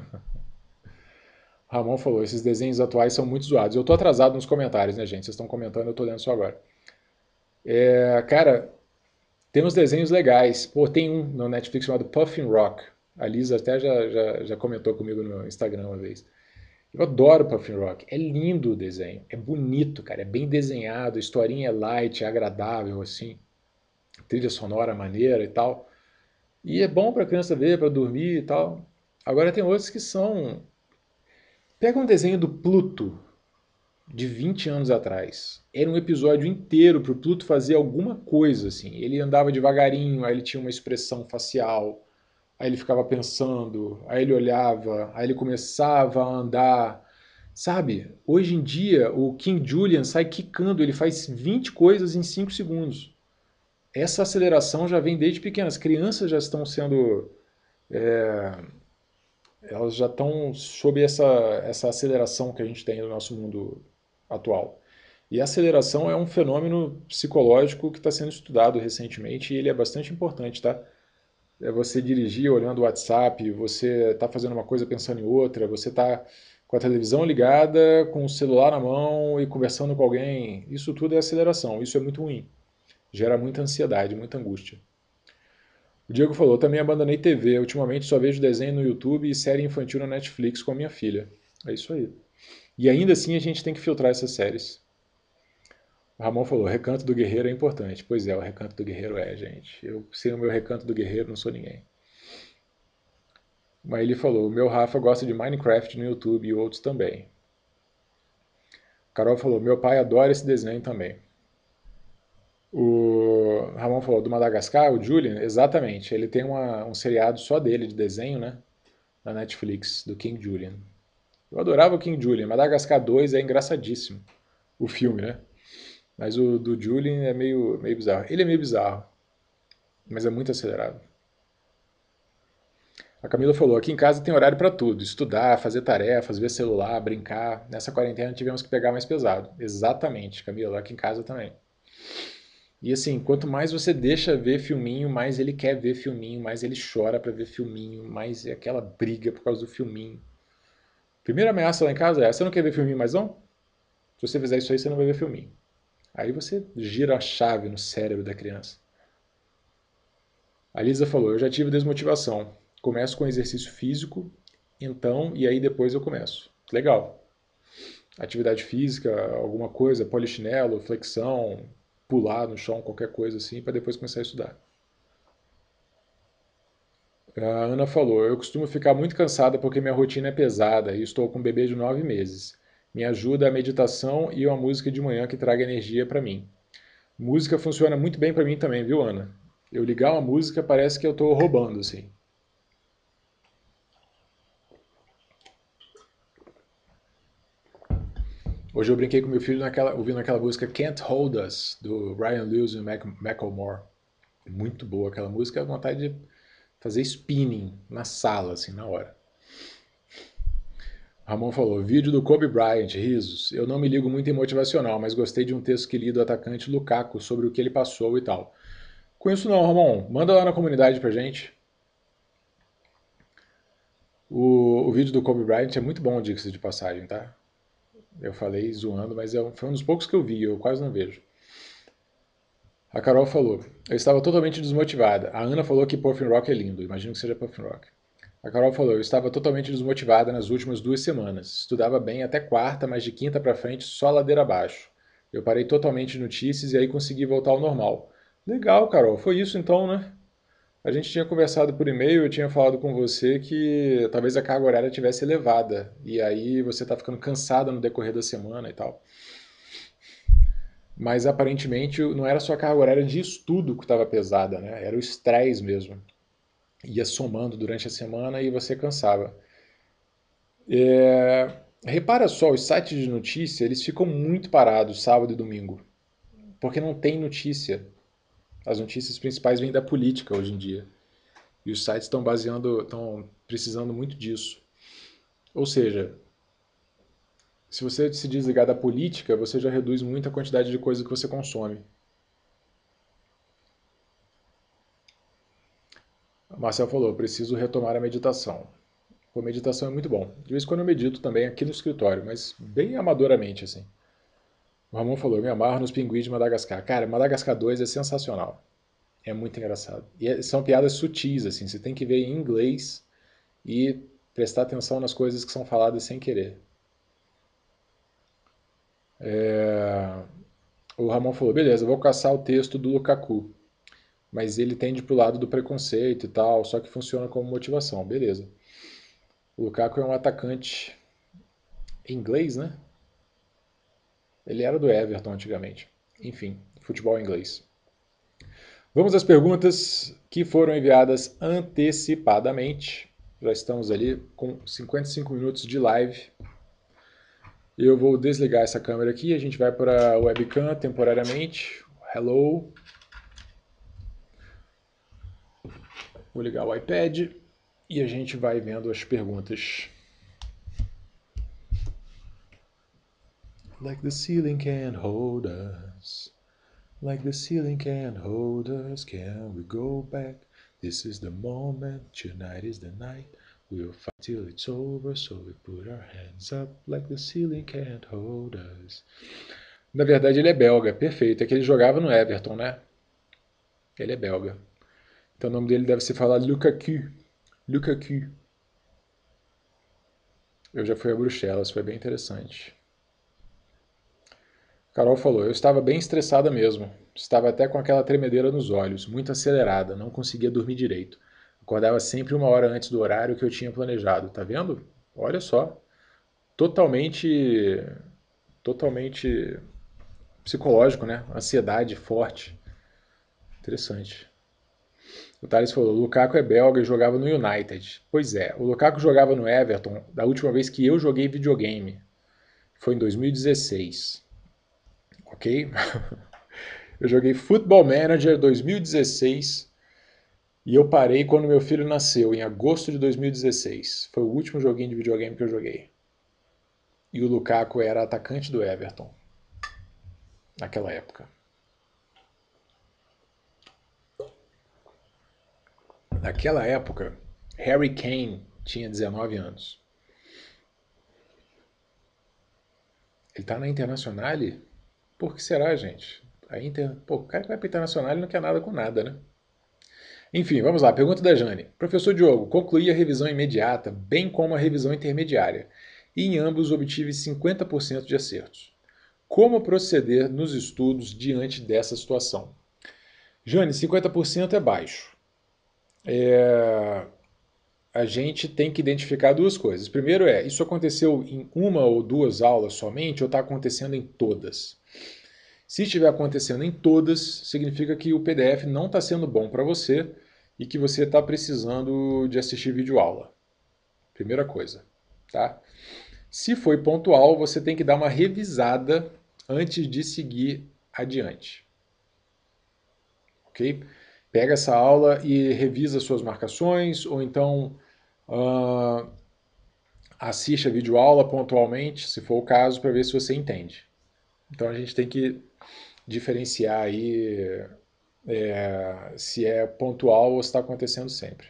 Ramon falou, esses desenhos atuais são muito zoados. Eu estou atrasado nos comentários, né, gente? Vocês estão comentando, eu estou lendo só agora. É, cara, tem uns desenhos legais. Pô, tem um no Netflix chamado Puffin Rock. A Lisa até já, já, já comentou comigo no Instagram uma vez. Eu adoro Puffin Rock. É lindo o desenho. É bonito, cara. É bem desenhado. A historinha é light, é agradável, assim. Trilha sonora maneira e tal. E é bom para criança ver, para dormir e tal. Agora tem outros que são. Pega um desenho do Pluto de vinte anos atrás. Era um episódio inteiro para o Pluto fazer alguma coisa assim. Ele andava devagarinho, aí ele tinha uma expressão facial, aí ele ficava pensando, aí ele olhava, aí ele começava a andar. Sabe? Hoje em dia, o King Julian sai quicando, ele faz vinte coisas em cinco segundos. Essa aceleração já vem desde pequenas. As crianças já estão sendo é, elas já estão sob essa, essa aceleração que a gente tem no nosso mundo atual. E a aceleração é um fenômeno psicológico que está sendo estudado recentemente e ele é bastante importante, tá? É você dirigir olhando o WhatsApp, você está fazendo uma coisa pensando em outra, você está com a televisão ligada, com o celular na mão e conversando com alguém. Isso tudo é aceleração, isso é muito ruim. Gera muita ansiedade, muita angústia. O Diego falou, também abandonei T V, ultimamente só vejo desenho no YouTube e série infantil na Netflix com a minha filha. É isso aí. E ainda assim a gente tem que filtrar essas séries. O Ramon falou, Recanto do Guerreiro é importante. Pois é, o Recanto do Guerreiro é, gente. Eu, sem o meu Recanto do Guerreiro, não sou ninguém. Mas ele falou, o meu Rafa gosta de Minecraft no YouTube e outros também. Carol falou, meu pai adora esse desenho também. O Ramon falou do Madagascar, o Julian, exatamente. Ele tem uma, um seriado só dele de desenho, né? Na Netflix, do King Julian. Eu adorava o King Julian. Madagascar dois é engraçadíssimo. O filme, né? Mas o do Julian é meio, meio bizarro. Ele é meio bizarro, mas é muito acelerado. A Camila falou, aqui em casa tem horário para tudo. Estudar, fazer tarefas, ver celular, brincar. Nessa quarentena tivemos que pegar mais pesado. Exatamente, Camila, aqui em casa também. E assim, quanto mais você deixa ver filminho, mais ele quer ver filminho, mais ele chora para ver filminho, mais é aquela briga por causa do filminho. Primeira ameaça lá em casa é, você não quer ver filminho mais não? Se você fizer isso aí, você não vai ver filminho. Aí você gira a chave no cérebro da criança. A Lisa falou, eu já tive desmotivação. Começo com exercício físico, então, e aí depois eu começo. Legal. Atividade física, alguma coisa, polichinelo, flexão, pular no chão, qualquer coisa assim, para depois começar a estudar. A Ana falou, eu costumo ficar muito cansada porque minha rotina é pesada e estou com um bebê de nove meses. Me ajuda a meditação e uma música de manhã que traga energia para mim. Música funciona muito bem para mim também, viu, Ana? Eu ligar uma música parece que eu estou roubando, assim. Hoje eu brinquei com meu filho naquela, ouvindo aquela música Can't Hold Us, do Ryan Lewis e Mac Macklemore. Muito boa aquela música, dá vontade de fazer spinning na sala, assim, na hora. Ramon falou, vídeo do Kobe Bryant, risos. Eu não me ligo muito em motivacional, mas gostei de um texto que li do atacante Lukaku sobre o que ele passou e tal. Conheço não, Ramon. Manda lá na comunidade pra gente. O, o vídeo do Kobe Bryant é muito bom, diga-se de passagem, tá? Eu falei zoando, mas é um, foi um dos poucos que eu vi, eu quase não vejo. A Carol falou, eu estava totalmente desmotivada. A Ana falou que Puffin Rock é lindo, imagino que seja Puffin Rock. A Carol falou, eu estava totalmente desmotivada nas últimas duas semanas. Estudava bem até quarta, mas de quinta para frente só ladeira abaixo. Eu parei totalmente de notícias e aí consegui voltar ao normal. Legal, Carol, foi isso então, né? A gente tinha conversado por e-mail, eu tinha falado com você que talvez a carga horária tivesse elevada. E aí você está ficando cansada no decorrer da semana e tal. Mas aparentemente não era só a carga horária de estudo que estava pesada, né? Era o estresse mesmo. Ia somando durante a semana e você cansava. É... Repara só, os sites de notícia, eles ficam muito parados sábado e domingo, porque não tem notícia. As notícias principais vêm da política hoje em dia. E os sites estão baseando, estão precisando muito disso. Ou seja, se você se desligar da política, você já reduz muito a quantidade de coisa que você consome. O Marcel falou, preciso retomar a meditação. Pô, meditação é muito bom. De vez em quando eu medito também aqui no escritório, mas bem amadoramente, assim. O Ramon falou, me amarro nos pinguins de Madagascar. Cara, Madagascar dois é sensacional. É muito engraçado. E é- são piadas sutis, assim. Você tem que ver em inglês e prestar atenção nas coisas que são faladas sem querer. É... O Ramon falou, beleza, vou caçar o texto do Lukaku. Mas ele tende pro lado do preconceito e tal, só que funciona como motivação. Beleza. O Lukaku é um atacante inglês, né? Ele era do Everton antigamente. Enfim, futebol inglês. Vamos às perguntas que foram enviadas antecipadamente. Já estamos ali com cinquenta e cinco minutos de live. Eu vou desligar essa câmera aqui, a gente vai para a webcam temporariamente. Hello. Vou ligar o iPad e a gente vai vendo as perguntas. Like the ceiling can't hold us. Like the ceiling can't hold us. Can we go back? This is the moment. Tonight is the night. We'll fight till it's over. So we put our hands up. Like the ceiling can't hold us. Na verdade, ele é belga, perfeito. É que ele jogava no Everton, né? Ele é belga. Então o nome dele deve se falar Lukaku. Lukaku. Eu já fui a Bruxelas, foi bem interessante. Carol falou, eu estava bem estressada mesmo. Estava até com aquela tremedeira nos olhos, muito acelerada, não conseguia dormir direito. Acordava sempre uma hora antes do horário que eu tinha planejado. Tá vendo? Olha só. Totalmente. Totalmente psicológico, né? Ansiedade forte. Interessante. O Thales falou, o Lukaku é belga e jogava no United. Pois é, o Lukaku jogava no Everton da última vez que eu joguei videogame. Foi em dois mil e dezesseis. Ok? Eu joguei Football Manager dois mil e dezesseis e eu parei quando meu filho nasceu, em agosto de dois mil e dezesseis. Foi o último joguinho de videogame que eu joguei. E o Lukaku era atacante do Everton naquela época. Naquela época, Harry Kane tinha dezenove anos. Ele tá na Internacional? Por que será, gente? A Inter... Pô, o cara que vai pra Internacional não quer nada com nada, né? Enfim, vamos lá. Pergunta da Jane. Professor Diogo, concluí a revisão imediata, bem como a revisão intermediária, e em ambos obtive cinquenta por cento de acertos. Como proceder nos estudos diante dessa situação? Jane, cinquenta por cento é baixo. É... A gente tem que identificar duas coisas. Primeiro é, isso aconteceu em uma ou duas aulas somente ou está acontecendo em todas? Se estiver acontecendo em todas, significa que o P D F não está sendo bom para você e que você está precisando de assistir videoaula. Primeira coisa, tá? Se foi pontual, você tem que dar uma revisada antes de seguir adiante. Ok? Pega essa aula e revisa suas marcações, ou então uh, assiste a videoaula pontualmente, se for o caso, para ver se você entende. Então a gente tem que diferenciar aí é, se é pontual ou se está acontecendo sempre.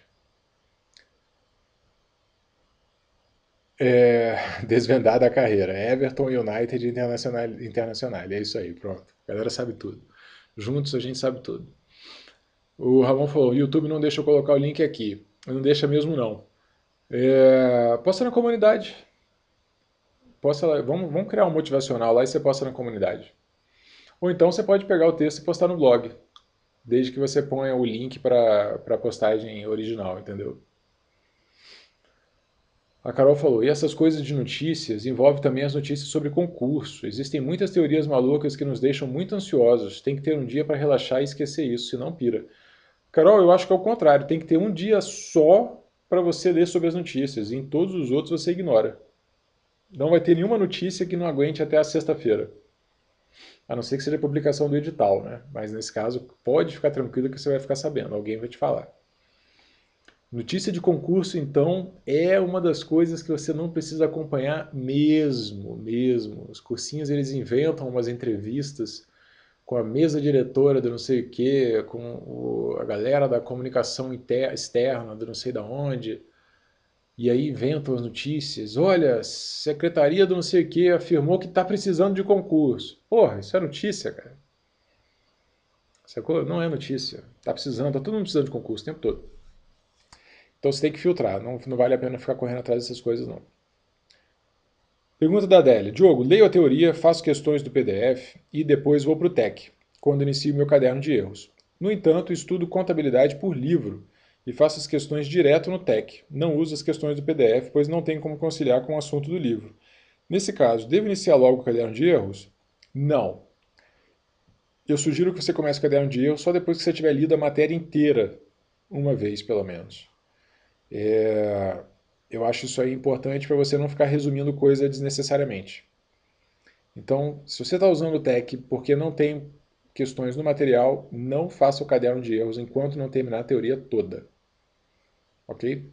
É, desvendada a carreira. Everton, United, Internacional, Internacional. É isso aí, pronto. A galera sabe tudo. Juntos a gente sabe tudo. O Ramon falou, o YouTube não deixa eu colocar o link aqui. Não deixa mesmo não. É, posta na comunidade. Posta lá, vamos, vamos criar um motivacional lá e você posta na comunidade. Ou então você pode pegar o texto e postar no blog. Desde que você ponha o link para a postagem original, entendeu? A Carol falou, e essas coisas de notícias envolve também as notícias sobre concurso. Existem muitas teorias malucas que nos deixam muito ansiosos. Tem que ter um dia para relaxar e esquecer isso, senão pira. Carol, eu acho que é o contrário. Tem que ter um dia só para você ler sobre as notícias. E em todos os outros você ignora. Não vai ter nenhuma notícia que não aguente até a sexta-feira. A não ser que seja publicação do edital, né? Mas nesse caso, pode ficar tranquilo que você vai ficar sabendo. Alguém vai te falar. Notícia de concurso, então, é uma das coisas que você não precisa acompanhar mesmo, mesmo. Os cursinhos, eles inventam umas entrevistas com a mesa diretora do não sei o quê, com o, a galera da comunicação inter, externa do não sei da onde, e aí inventam as notícias. Olha, secretaria do não sei o quê afirmou que está precisando de concurso. Porra, isso é notícia, cara. Sacou? Não é notícia. Está precisando, está todo mundo precisando de concurso o tempo todo. Então você tem que filtrar, não, não vale a pena ficar correndo atrás dessas coisas não. Pergunta da Adélia. Diogo, leio a teoria, faço questões do P D F e depois vou para o T E C, quando inicio meu caderno de erros. No entanto, estudo contabilidade por livro e faço as questões direto no T E C. Não uso as questões do P D F, pois não tenho como conciliar com o assunto do livro. Nesse caso, devo iniciar logo o caderno de erros? Não. Eu sugiro que você comece o caderno de erros só depois que você tiver lido a matéria inteira, uma vez pelo menos. É, eu acho isso aí importante para você não ficar resumindo coisa desnecessariamente. Então, se você está usando o T E C porque não tem questões no material, não faça o caderno de erros enquanto não terminar a teoria toda. Ok?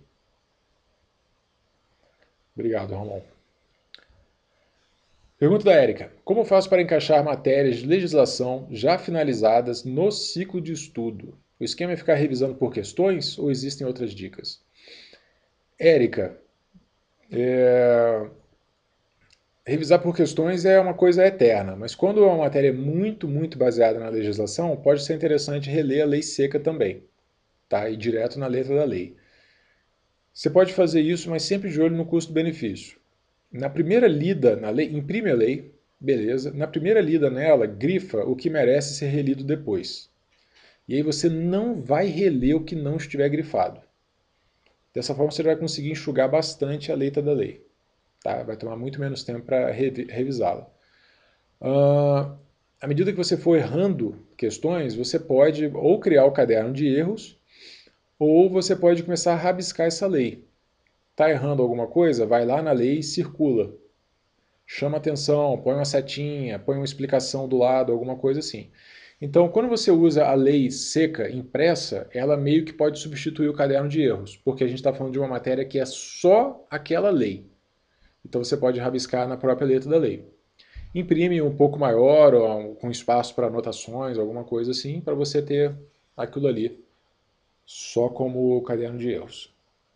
Obrigado, Ramon. Pergunta da Érica. Como faço para encaixar matérias de legislação já finalizadas no ciclo de estudo? O esquema é ficar revisando por questões ou existem outras dicas? Érica, é... revisar por questões é uma coisa eterna, mas quando é uma matéria muito, muito baseada na legislação, pode ser interessante reler a lei seca também, tá? Ir direto na letra da lei. Você pode fazer isso, mas sempre de olho no custo-benefício. Na primeira lida na lei, imprime a lei, beleza. Na primeira lida nela, grifa o que merece ser relido depois. E aí você não vai reler o que não estiver grifado. Dessa forma você vai conseguir enxugar bastante a letra da lei. Tá? Vai tomar muito menos tempo para revisá-la. Uh, à medida que você for errando questões, você pode ou criar o caderno de erros, ou você pode começar a rabiscar essa lei. Está errando alguma coisa? Vai lá na lei e circula. Chama atenção, põe uma setinha, põe uma explicação do lado, alguma coisa assim. Então, quando você usa a lei seca impressa, ela meio que pode substituir o caderno de erros, porque a gente está falando de uma matéria que é só aquela lei. Então você pode rabiscar na própria letra da lei. Imprime um pouco maior, ou com espaço para anotações, alguma coisa assim, para você ter aquilo ali, só como o caderno de erros.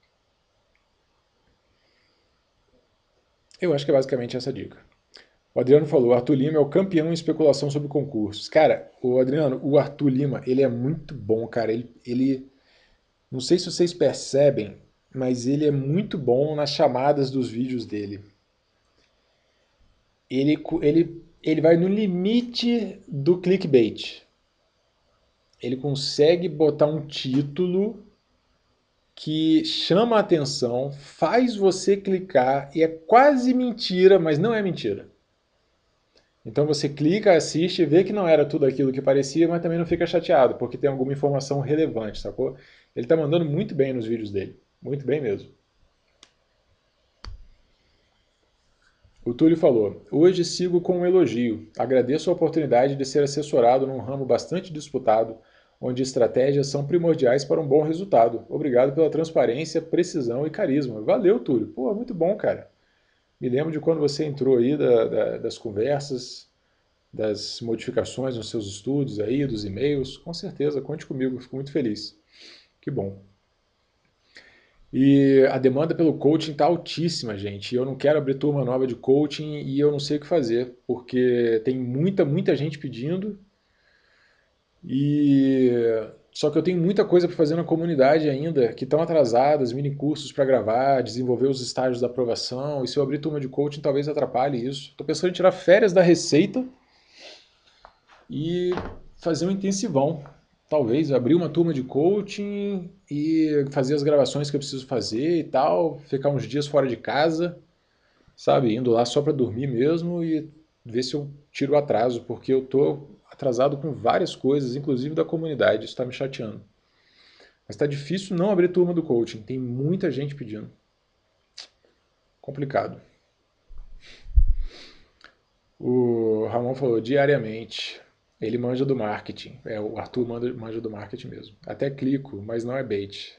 Eu acho que é basicamente essa dica. O Adriano falou, o Arthur Lima é o campeão em especulação sobre concursos. Cara, o Adriano, o Arthur Lima, ele é muito bom, cara. Ele, ele, não sei se vocês percebem, mas ele é muito bom nas chamadas dos vídeos dele. Ele, ele, ele vai no limite do clickbait. Ele consegue botar um título que chama a atenção, faz você clicar e é quase mentira, mas não é mentira. Então você clica, assiste, vê que não era tudo aquilo que parecia, mas também não fica chateado, porque tem alguma informação relevante, sacou? Ele tá mandando muito bem nos vídeos dele, muito bem mesmo. O Túlio falou, hoje sigo com um elogio. Agradeço a oportunidade de ser assessorado num ramo bastante disputado, onde estratégias são primordiais para um bom resultado. Obrigado pela transparência, precisão e carisma. Valeu, Túlio. Pô, muito bom, cara. Me lembro de quando você entrou aí da, da, das conversas, das modificações nos seus estudos aí, dos e-mails. Com certeza, conte comigo, fico muito feliz. Que bom. E a demanda pelo coaching está altíssima, gente. Eu não quero abrir turma nova de coaching e eu não sei o que fazer, porque tem muita, muita gente pedindo e só que eu tenho muita coisa para fazer na comunidade ainda, que estão atrasadas, mini cursos para gravar, desenvolver os estágios da aprovação. E se eu abrir turma de coaching, talvez atrapalhe isso. Estou pensando em tirar férias da Receita e fazer um intensivão. Talvez abrir uma turma de coaching e fazer as gravações que eu preciso fazer e tal, ficar uns dias fora de casa, sabe, indo lá só para dormir mesmo e ver se eu tiro o atraso, porque eu tô atrasado com várias coisas, inclusive da comunidade, isso está me chateando. Mas está difícil não abrir turma do coaching, tem muita gente pedindo. Complicado. O Ramon falou diariamente. Ele manja do marketing. É, o Arthur manja, manja do marketing mesmo. Até clico, mas não é bait.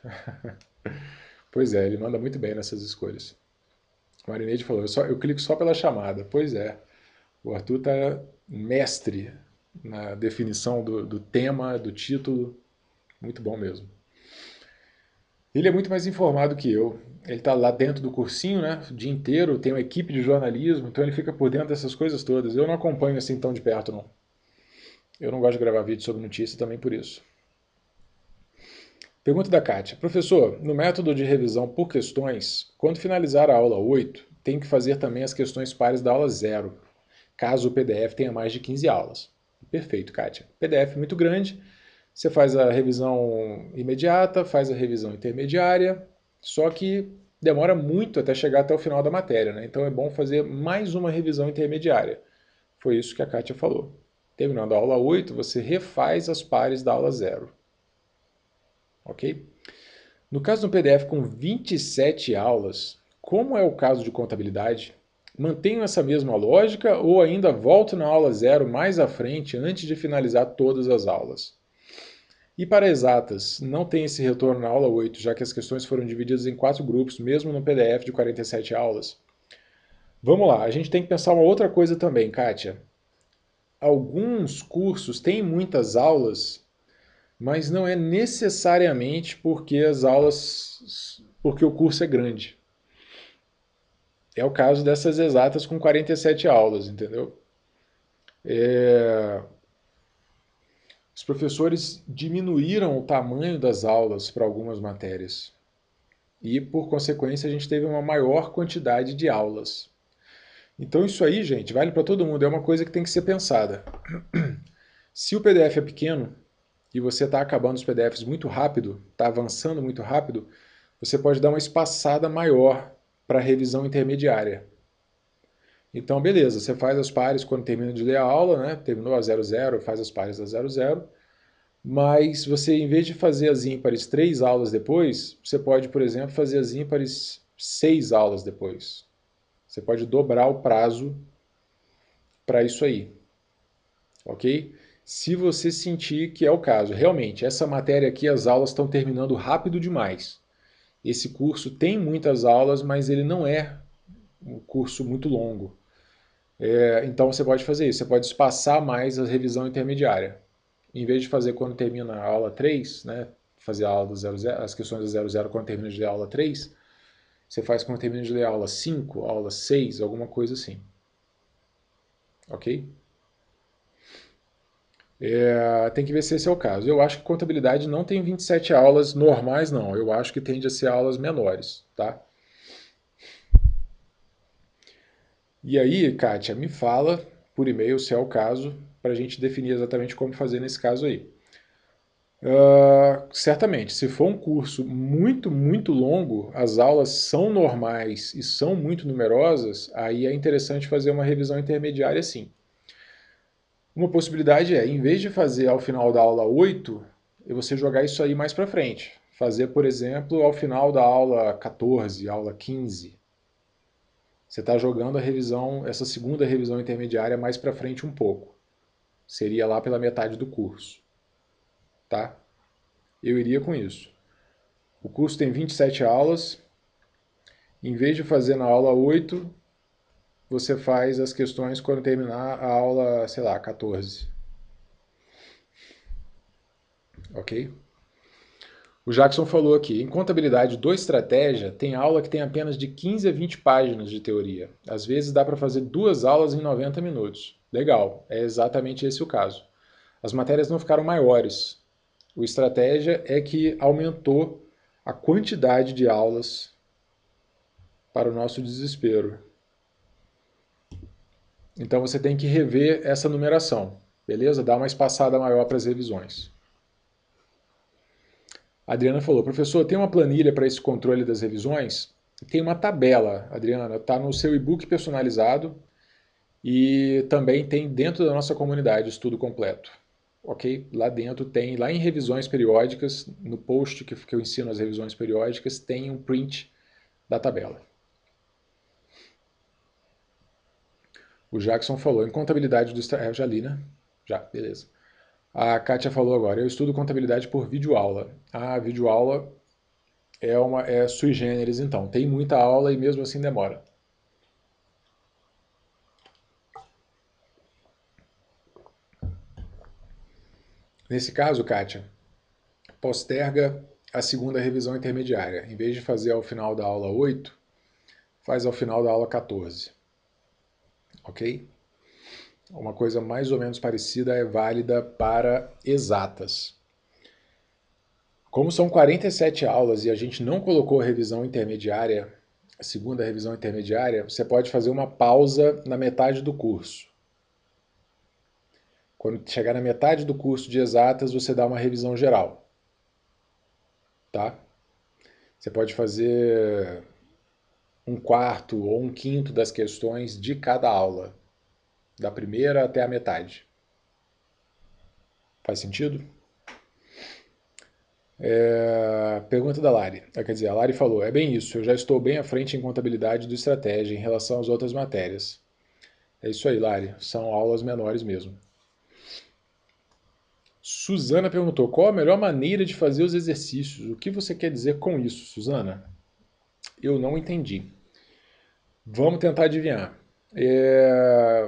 Pois é, ele manda muito bem nessas escolhas. O Marineide falou, eu, só, eu clico só pela chamada. Pois é, o Arthur tá mestre na definição do, do tema, do título. Muito bom mesmo. Ele é muito mais informado que eu. Ele está lá dentro do cursinho, né? O dia inteiro, tem uma equipe de jornalismo, então ele fica por dentro dessas coisas todas. Eu não acompanho assim tão de perto, não. Eu não gosto de gravar vídeo sobre notícia também por isso. Pergunta da Kátia. Professor, no método de revisão por questões, quando finalizar a aula oito, tem que fazer também as questões pares da aula zero, caso o P D F tenha mais de quinze aulas. Perfeito, Kátia. P D F muito grande, você faz a revisão imediata, faz a revisão intermediária, só que demora muito até chegar até o final da matéria, né? Então é bom fazer mais uma revisão intermediária. Foi isso que a Kátia falou. Terminando a aula oito, você refaz as pares da aula zero. Ok? No caso do P D F com vinte e sete aulas, como é o caso de contabilidade, mantenho essa mesma lógica ou ainda volto na aula zero mais à frente antes de finalizar todas as aulas? E para exatas, não tem esse retorno na aula oito, já que as questões foram divididas em quatro grupos, mesmo no P D F de quarenta e sete aulas? Vamos lá, a gente tem que pensar uma outra coisa também, Kátia. Alguns cursos têm muitas aulas, mas não é necessariamente porque as aulas, porque o curso é grande. É o caso dessas exatas com quarenta e sete aulas, entendeu? É... Os professores diminuíram o tamanho das aulas para algumas matérias. E, por consequência, a gente teve uma maior quantidade de aulas. Então, isso aí, gente, vale para todo mundo. É uma coisa que tem que ser pensada. Se o P D F é pequeno e você está acabando os P D Fs muito rápido, está avançando muito rápido, você pode dar uma espaçada maior para a revisão intermediária. Então, beleza, você faz as pares quando termina de ler a aula, né? Terminou a zero zero, faz as pares da zero zero. Mas você, em vez de fazer as ímpares três aulas depois, você pode, por exemplo, fazer as ímpares seis aulas depois. Você pode dobrar o prazo para isso aí, ok? Se você sentir que é o caso, realmente, essa matéria aqui, as aulas estão terminando rápido demais. Esse curso tem muitas aulas, mas ele não é um curso muito longo. É, então você pode fazer isso, você pode espaçar mais a revisão intermediária. Em vez de fazer quando termina a aula três, né, fazer a aula do zero zero, as questões do zero zero quando termina de ler a aula três, você faz quando termina de ler a aula cinco, aula seis, alguma coisa assim. Ok? É, tem que ver se esse é o caso. Eu acho que contabilidade não tem vinte e sete aulas normais, não. Eu acho que tende a ser aulas menores, tá? E aí, Kátia, me fala por e-mail se é o caso, para a gente definir exatamente como fazer nesse caso aí. Uh, certamente, se for um curso muito, muito longo, as aulas são normais e são muito numerosas, aí é interessante fazer uma revisão intermediária sim. Uma possibilidade é, em vez de fazer ao final da aula oito, você jogar isso aí mais para frente. Fazer, por exemplo, ao final da aula quatorze, aula quinze. Você está jogando a revisão, essa segunda revisão intermediária mais para frente um pouco. Seria lá pela metade do curso. Tá? Eu iria com isso. O curso tem vinte e sete aulas. Em vez de fazer na aula oito, você faz as questões quando terminar a aula, sei lá, quatorze. Ok? O Jackson falou aqui, em contabilidade do estratégia, tem aula que tem apenas de quinze a vinte páginas de teoria. Às vezes dá para fazer duas aulas em noventa minutos. Legal, é exatamente esse o caso. As matérias não ficaram maiores. O estratégia é que aumentou a quantidade de aulas para o nosso desespero. Então você tem que rever essa numeração, beleza? Dá uma espaçada maior para as revisões. A Adriana falou, professor, tem uma planilha para esse controle das revisões? Tem uma tabela, Adriana, está no seu e-book personalizado e também tem dentro da nossa comunidade estudo completo. Ok? Lá dentro tem, lá em revisões periódicas, no post que, que eu ensino as revisões periódicas, tem um print da tabela. O Jackson falou, em contabilidade do... Eu já li, né? Já, beleza. A Kátia falou agora, eu estudo contabilidade por videoaula. Ah, videoaula é, uma, é sui generis, então. Tem muita aula e mesmo assim demora. Nesse caso, Kátia, posterga a segunda revisão intermediária. Em vez de fazer ao final da aula oito, faz ao final da aula quatorze. Ok? Uma coisa mais ou menos parecida é válida para exatas. Como são quarenta e sete aulas e a gente não colocou a revisão intermediária, a segunda revisão intermediária, você pode fazer uma pausa na metade do curso. Quando chegar na metade do curso de exatas, você dá uma revisão geral. Tá? Você pode fazer um quarto ou um quinto das questões de cada aula, da primeira até a metade. Faz sentido? É... Pergunta da Lari. Quer dizer, a Lari falou, é bem isso, eu já estou bem à frente em contabilidade do estratégia em relação às outras matérias. É isso aí, Lari, são aulas menores mesmo. Suzana perguntou, qual a melhor maneira de fazer os exercícios? O que você quer dizer com isso, Suzana? Eu não entendi. Vamos tentar adivinhar. É...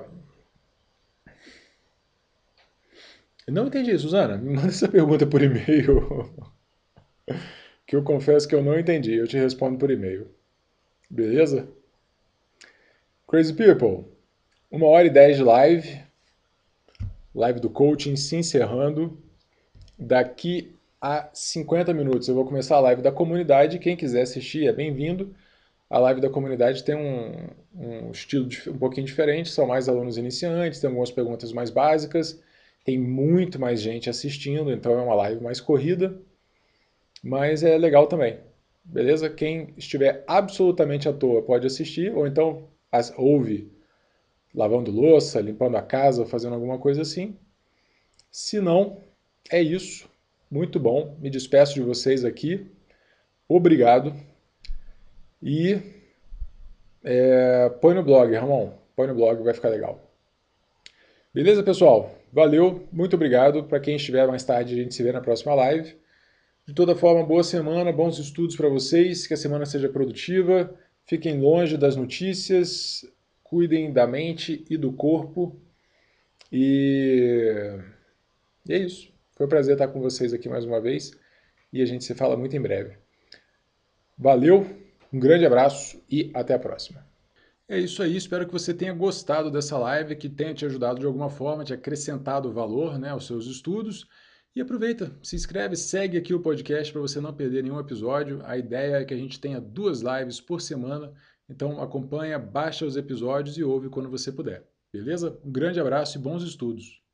Não entendi, Suzana. Me manda essa pergunta por e-mail, que eu confesso que eu não entendi. Eu te respondo por e-mail. Beleza? Crazy People, uma hora e dez de live. Live do coaching se encerrando. Daqui a cinquenta minutos eu vou começar a live da comunidade. Quem quiser assistir é bem-vindo. A live da comunidade tem um, um estilo um pouquinho diferente, são mais alunos iniciantes, tem algumas perguntas mais básicas, tem muito mais gente assistindo, então é uma live mais corrida, mas é legal também, beleza? Quem estiver absolutamente à toa pode assistir, ou então as, ouve lavando louça, limpando a casa, fazendo alguma coisa assim. Se não, é isso. Muito bom. Me despeço de vocês aqui. Obrigado. E é, põe no blog, Ramon. Põe no blog, vai ficar legal. Beleza, pessoal? Valeu, muito obrigado. Para quem estiver mais tarde, a gente se vê na próxima live. De toda forma, boa semana, bons estudos para vocês, que a semana seja produtiva. Fiquem longe das notícias, cuidem da mente e do corpo. E, e é isso. Foi um prazer estar com vocês aqui mais uma vez e a gente se fala muito em breve. Valeu, um grande abraço e até a próxima. É isso aí, espero que você tenha gostado dessa live, que tenha te ajudado de alguma forma, te acrescentado valor, né, aos seus estudos. E aproveita, se inscreve, segue aqui o podcast para você não perder nenhum episódio. A ideia é que a gente tenha duas lives por semana, então acompanha, baixa os episódios e ouve quando você puder. Beleza? Um grande abraço e bons estudos!